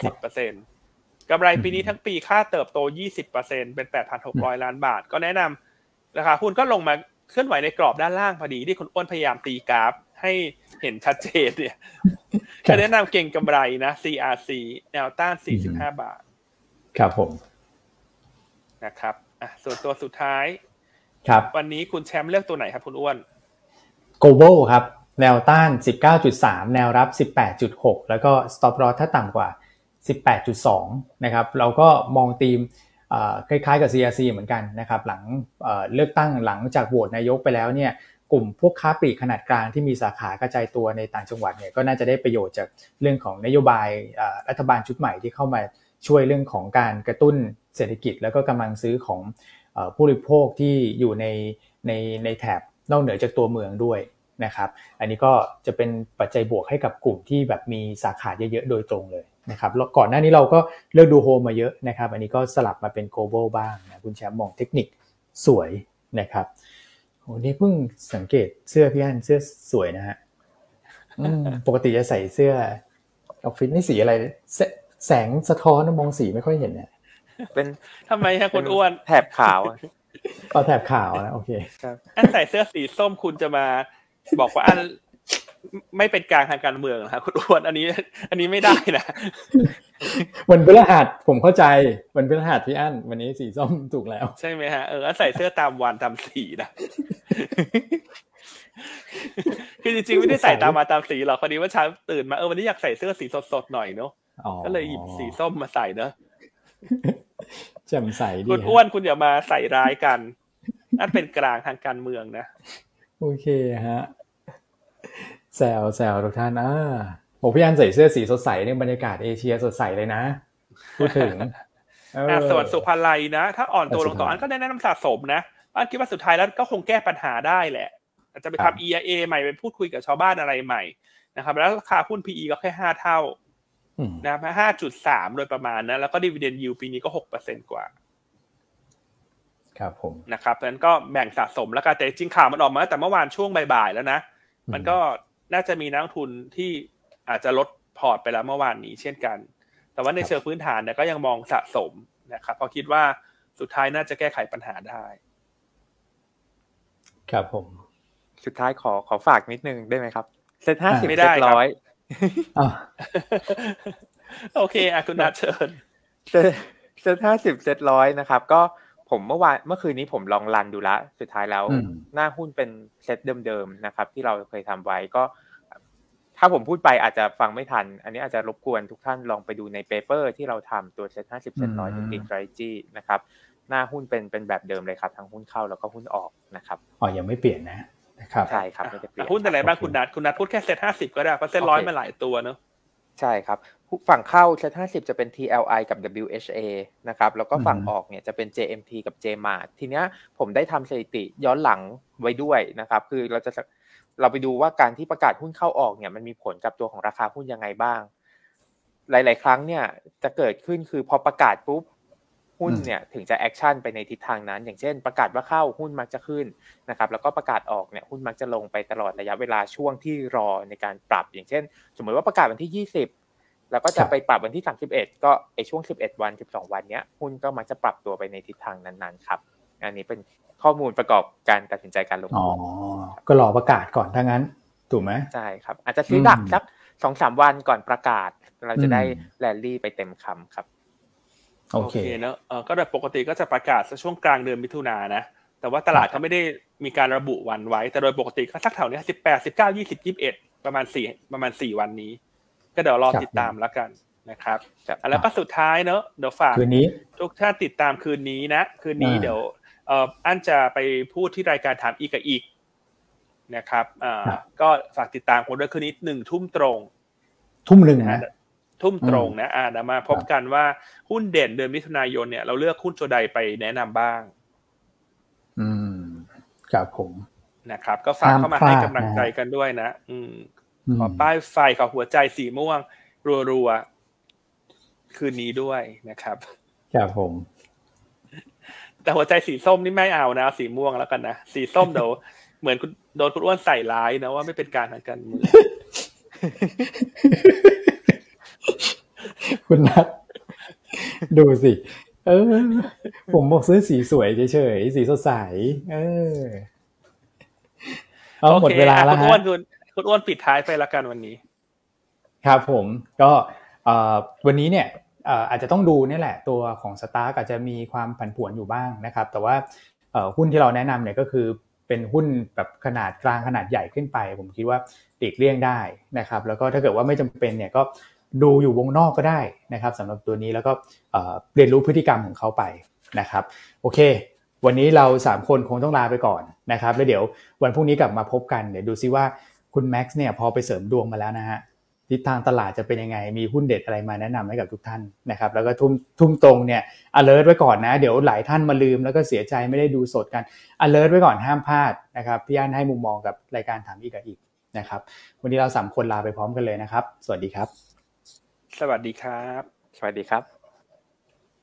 10% กำไรปีนี้ทั้งปีค่าเติบโต 20% เป็น 8,600 ล้านบาทก็แนะนำราคาหุ้นก็ลงมาเคลื่อนไหวในกรอบด้านล่างพอดีที่คุณอ้วนพยายามตีกราฟให้เห็นชัดเจนเนี่ยก็แนะนำเก็งกำไรนะ CRC แนวต้าน45 บาทครับผมนะครับส่วนตัวสุดท้ายครับวันนี้คุณแชมป์เลือกตัวไหนครับคุณอ้วน Global ครับแนวต้าน 19.3 แนวรับ 18.6 แล้วก็ Stop Loss ถ้าต่ำกว่า 18.2 นะครับเราก็มองธีมคล้ายๆกับ CRC เหมือนกันนะครับหลังเลือกตั้งหลังจากโหวตนายกไปแล้วเนี่ยกลุ่มพวกค้าปลีกขนาดกลางที่มีสาขากระจายตัวในต่างจังหวัดเนี่ยก็น่าจะได้ประโยชน์จากเรื่องของนโยบายรัฐบาลชุดใหม่ที่เข้ามาช่วยเรื่องของการกระตุ้นเศรษฐกิจแล้วก็กำลังซื้อของผู้บริโภคที่อยู่ในแถบนอกเหนือจากตัวเมืองด้วยนะครับอันนี้ก็จะเป็นปัจจัยบวกให้กับกลุ่มที่แบบมีสาขาเยอะๆโดยตรงเลยนะครับแล้วก่อนหน้านี้เราก็เลือกดูโฮมมาเยอะนะครับอันนี้ก็สลับมาเป็น global บ้างนะคุณแชมป์มองเทคนิคสวยนะครับโอ้นี่เพิ่งสังเกตเสื้อพี่อั้นเสื้อสวยนะฮะปกติจะใส่เสื้อออฟฟิศนี่สีอะไรแสงสะท้อนมองสีไม่ค่อยเห็นเนี่ยเป็นทำไมฮะคุณอ้วนแถบขาวแถบขาวนะโอเคอันใส่เสื้อสีส้มคุณจะมาบอกว่าอันไม่เป็นกลางทางการเมืองนะครับคุณอ้วนอันนี้ไม่ได้นะวันพฤหัสผมเข้าใจวันพฤหัสพี่อั้นวันนี้สีส้มถูกแล้วใช่ไหมฮะอันใส่เสื้อตามวันตามสีนะคือจริงๆไม่ได้ใส่ตามมาตามสีหรอกพอดีว่าเช้าตื่นมาวันนี้อยากใส่เสื้อสีสดๆหน่อยเนาะก็เลยหยิบสีส้มมาใส่เนอะแจ่มใสดีคุณอ้วนคุณอย่ามาใส่ร้ายกันนั่นเป็นกลางทางการเมืองนะโอเคฮะแซวทุกท่านโหพี่อันใส่เสื้อสีสดใสในบรรยากาศเอเชียสดใสเลยนะพูดถึงส่วนสุภาลัยนะถ้าอ่อนตัวลงต่ออันก็แนะนำสะสมนะอันคิดว่าสุดท้ายแล้วก็คงแก้ปัญหาได้แหละอาจจะไปทำ EIA ใหม่ไปพูดคุยกับชาวบ้านอะไรใหม่นะครับแล้วราคาหุ้น PE ก็แค่5เท่านะ 5.3 โดยประมาณนะแล้วก็ Dividend Yield ปีนี้ก็ 6% กว่าครับผมนะครับเพราะฉะนั้นก็แบ่งสะสมแล้วกันแต่จริงข่าวมันออกมาแต่เมื่อวานช่วงบ่ายๆแล้วนะมันก็น่าจะมีนักลงทุนที่อาจจะลดพอร์ตไปแล้วเมื่อวานนี้เช่นกันแต่ว่าในเชิงพื้นฐานเนี่ยก็ยังมองสะสมนะครับเพราะคิดว่าสุดท้ายน่าจะแก้ไขปัญหาได้ครับผมสุดท้ายขอฝากนิดนึงได้ไหมครับเซ็ต50 ไม่ได้ 100 โอเคคุณนัทเชิญเซ็ต50เซ็ต100นะครับก็ผมเมื่อคืนนี้ผมลองรันดูละสุดท้ายแล้วหน้าหุ้นเป็นเซ็ตเดิมๆนะครับที่เราเคยทำไว้ก็ถ้าผมพูดไปอาจจะฟังไม่ทันอันนี้อาจจะรบกวนทุกท่านลองไปดูในเปเปอร์ที่เราทำตัวเซ็ต50เซ็ต100 Technical Strategy นะครับหน้าหุ้นเป็นแบบเดิมเลยครับทั้งหุ้นเข้าแล้วก็หุ้นออกนะครับยังไม่เปลี่ยนนะครับใช่ครับไม่ได้เปลี่ยนหุ้นอะไรบ้างคุณนัทพูดแค่เซ็ต50ก็ได้เพราะเซ็ต100มันหลายตัวเนอะใช่ครับฝั่งเข้าเซ็ต50จะเป็น TLI กับ WHA นะครับแล้วก็ฝั่งออกเนี่ยจะเป็น JMT กับ JMart ทีเนี้ยผมได้ทำสถิติย้อนหลังไว้ด้วยนะครับคือเราไปดูว่าการที่ประกาศหุ้นเข้าออกเนี่ยมันมีผลกับตัวของราคาหุ้นยังไงบ้างหลายๆครั้งเนี่ยจะเกิดขึ้นคือพอประกาศปุ๊บหุ้นเนี่ยถึงจะแอคชั่นไปในทิศทางนั้นอย่างเช่นประกาศว่าเข้าหุ้นมักจะขึ้นนะครับแล้วก็ประกาศออกเนี่ยหุ้นมักจะลงไปตลอดระยะเวลาช่วงที่รอในการปรับอย่างเช่นสมมติว่าประกาศวันที่20แล้วก็จะไปปรับวันที่31ก็ไอ้ช่วง11วัน12วันเนี้ยหุ้นก็มักจะปรับตัวไปในทิศทางนั้นๆครับอันนี้เป็นข้อมูลประกอบการตัดสินใจการลงทุนก็รอประกาศก่อนถ้างั้นถูกไหมใช่ครับอาจจะซื้อดักสัก 2-3 วันก่อนประกาศเราจะได้แรลลี่ไปเต็มคำครับโอเคเนอะก็โดยปกติก็จะประกาศช่วงกลางเดือนมิถุนายนนะแต่ว่าตลาดเขาไม่ได้มีการระบุวันไว้แต่โดยปกติก็สักแถวนี้18 19 20 21ประมาณ4วันนี้ก็เดี๋ยวรอติดตามแล้วกันนะครับแล้วก็สุดท้ายเนอะเดี๋ยวฝากคืนนี้ทุกท่านติดตามคืนนี้นะคืนนี้เดี๋ยวอันจะไปพูดที่รายการถามอีกกับอีกนะครับก็ฝากติดตามกันด้วยคืนนี้ 1 ทุ่มตรงทุ่มนึงนะทุ่มตรงนะเดี๋ยวมาพบกันว่าหุ้นเด่นเดือนมิถุนายนเนี่ยเราเลือกหุ้นตัวใดไปแนะนำบ้างครับผมนะครับก็ฝากเข้ามาให้กำลังใจกันด้วยนะขอป้ายไฟขอหัวใจสีม่วงรัวๆคืนนี้ด้วยนะครับครับผมแต่หัวใจสีส้มนี่ไม่เอานะสีม่วงแล้วกันนะสีส้มเดี๋ยวเหมือนโดนคุณอ้วนใส่ร้ายนะว่าไม่เป็นการทางการเมืองคุณนัทดูสิผมบอกซื้อสีสวยเฉยๆสีสดใสหมดเวลาแล้วฮะคุณอ้วนปิดท้ายไปละกันวันนี้ครับผมก็วันนี้เนี่ยอาจจะต้องดูนี่แหละตัวของสตาร์กอาจจะมีความผันผวนอยู่บ้างนะครับแต่ว่าหุ้นที่เราแนะนำเนี่ยก็คือเป็นหุ้นแบบขนาดกลางขนาดใหญ่ขึ้นไปผมคิดว่าหลีกเลี่ยงได้นะครับแล้วก็ถ้าเกิดว่าไม่จำเป็นเนี่ยก็ดูอยู่วงนอกก็ได้นะครับสำหรับตัวนี้แล้วก็เรียนรู้พฤติกรรมของเขาไปนะครับโอเควันนี้เรา3คนคงต้องลาไปก่อนนะครับแล้วเดี๋ยววันพรุ่งนี้กลับมาพบกันเดี๋ยวดูซิว่าคุณแม็กซ์เนี่ยพอไปเสริมดวงมาแล้วนะฮะทิศทางตลาดจะเป็นยังไงมีหุ้นเด็ดอะไรมาแนะนำให้กับทุกท่านนะครับแล้วก็ทุ่มตรงเนี่ย alert ไว้ก่อนนะเดี๋ยวหลายท่านมาลืมแล้วก็เสียใจไม่ได้ดูสดกัน alert ไว้ก่อนห้ามพลาดนะครับพี่อั้นให้มุมมองกับรายการถามอีกกับอีกนะครับวันนี้เรา3คนลาไปพร้อมกันเลยนะครับสวัสดีครับสวัสดีครับสวัสดีครับ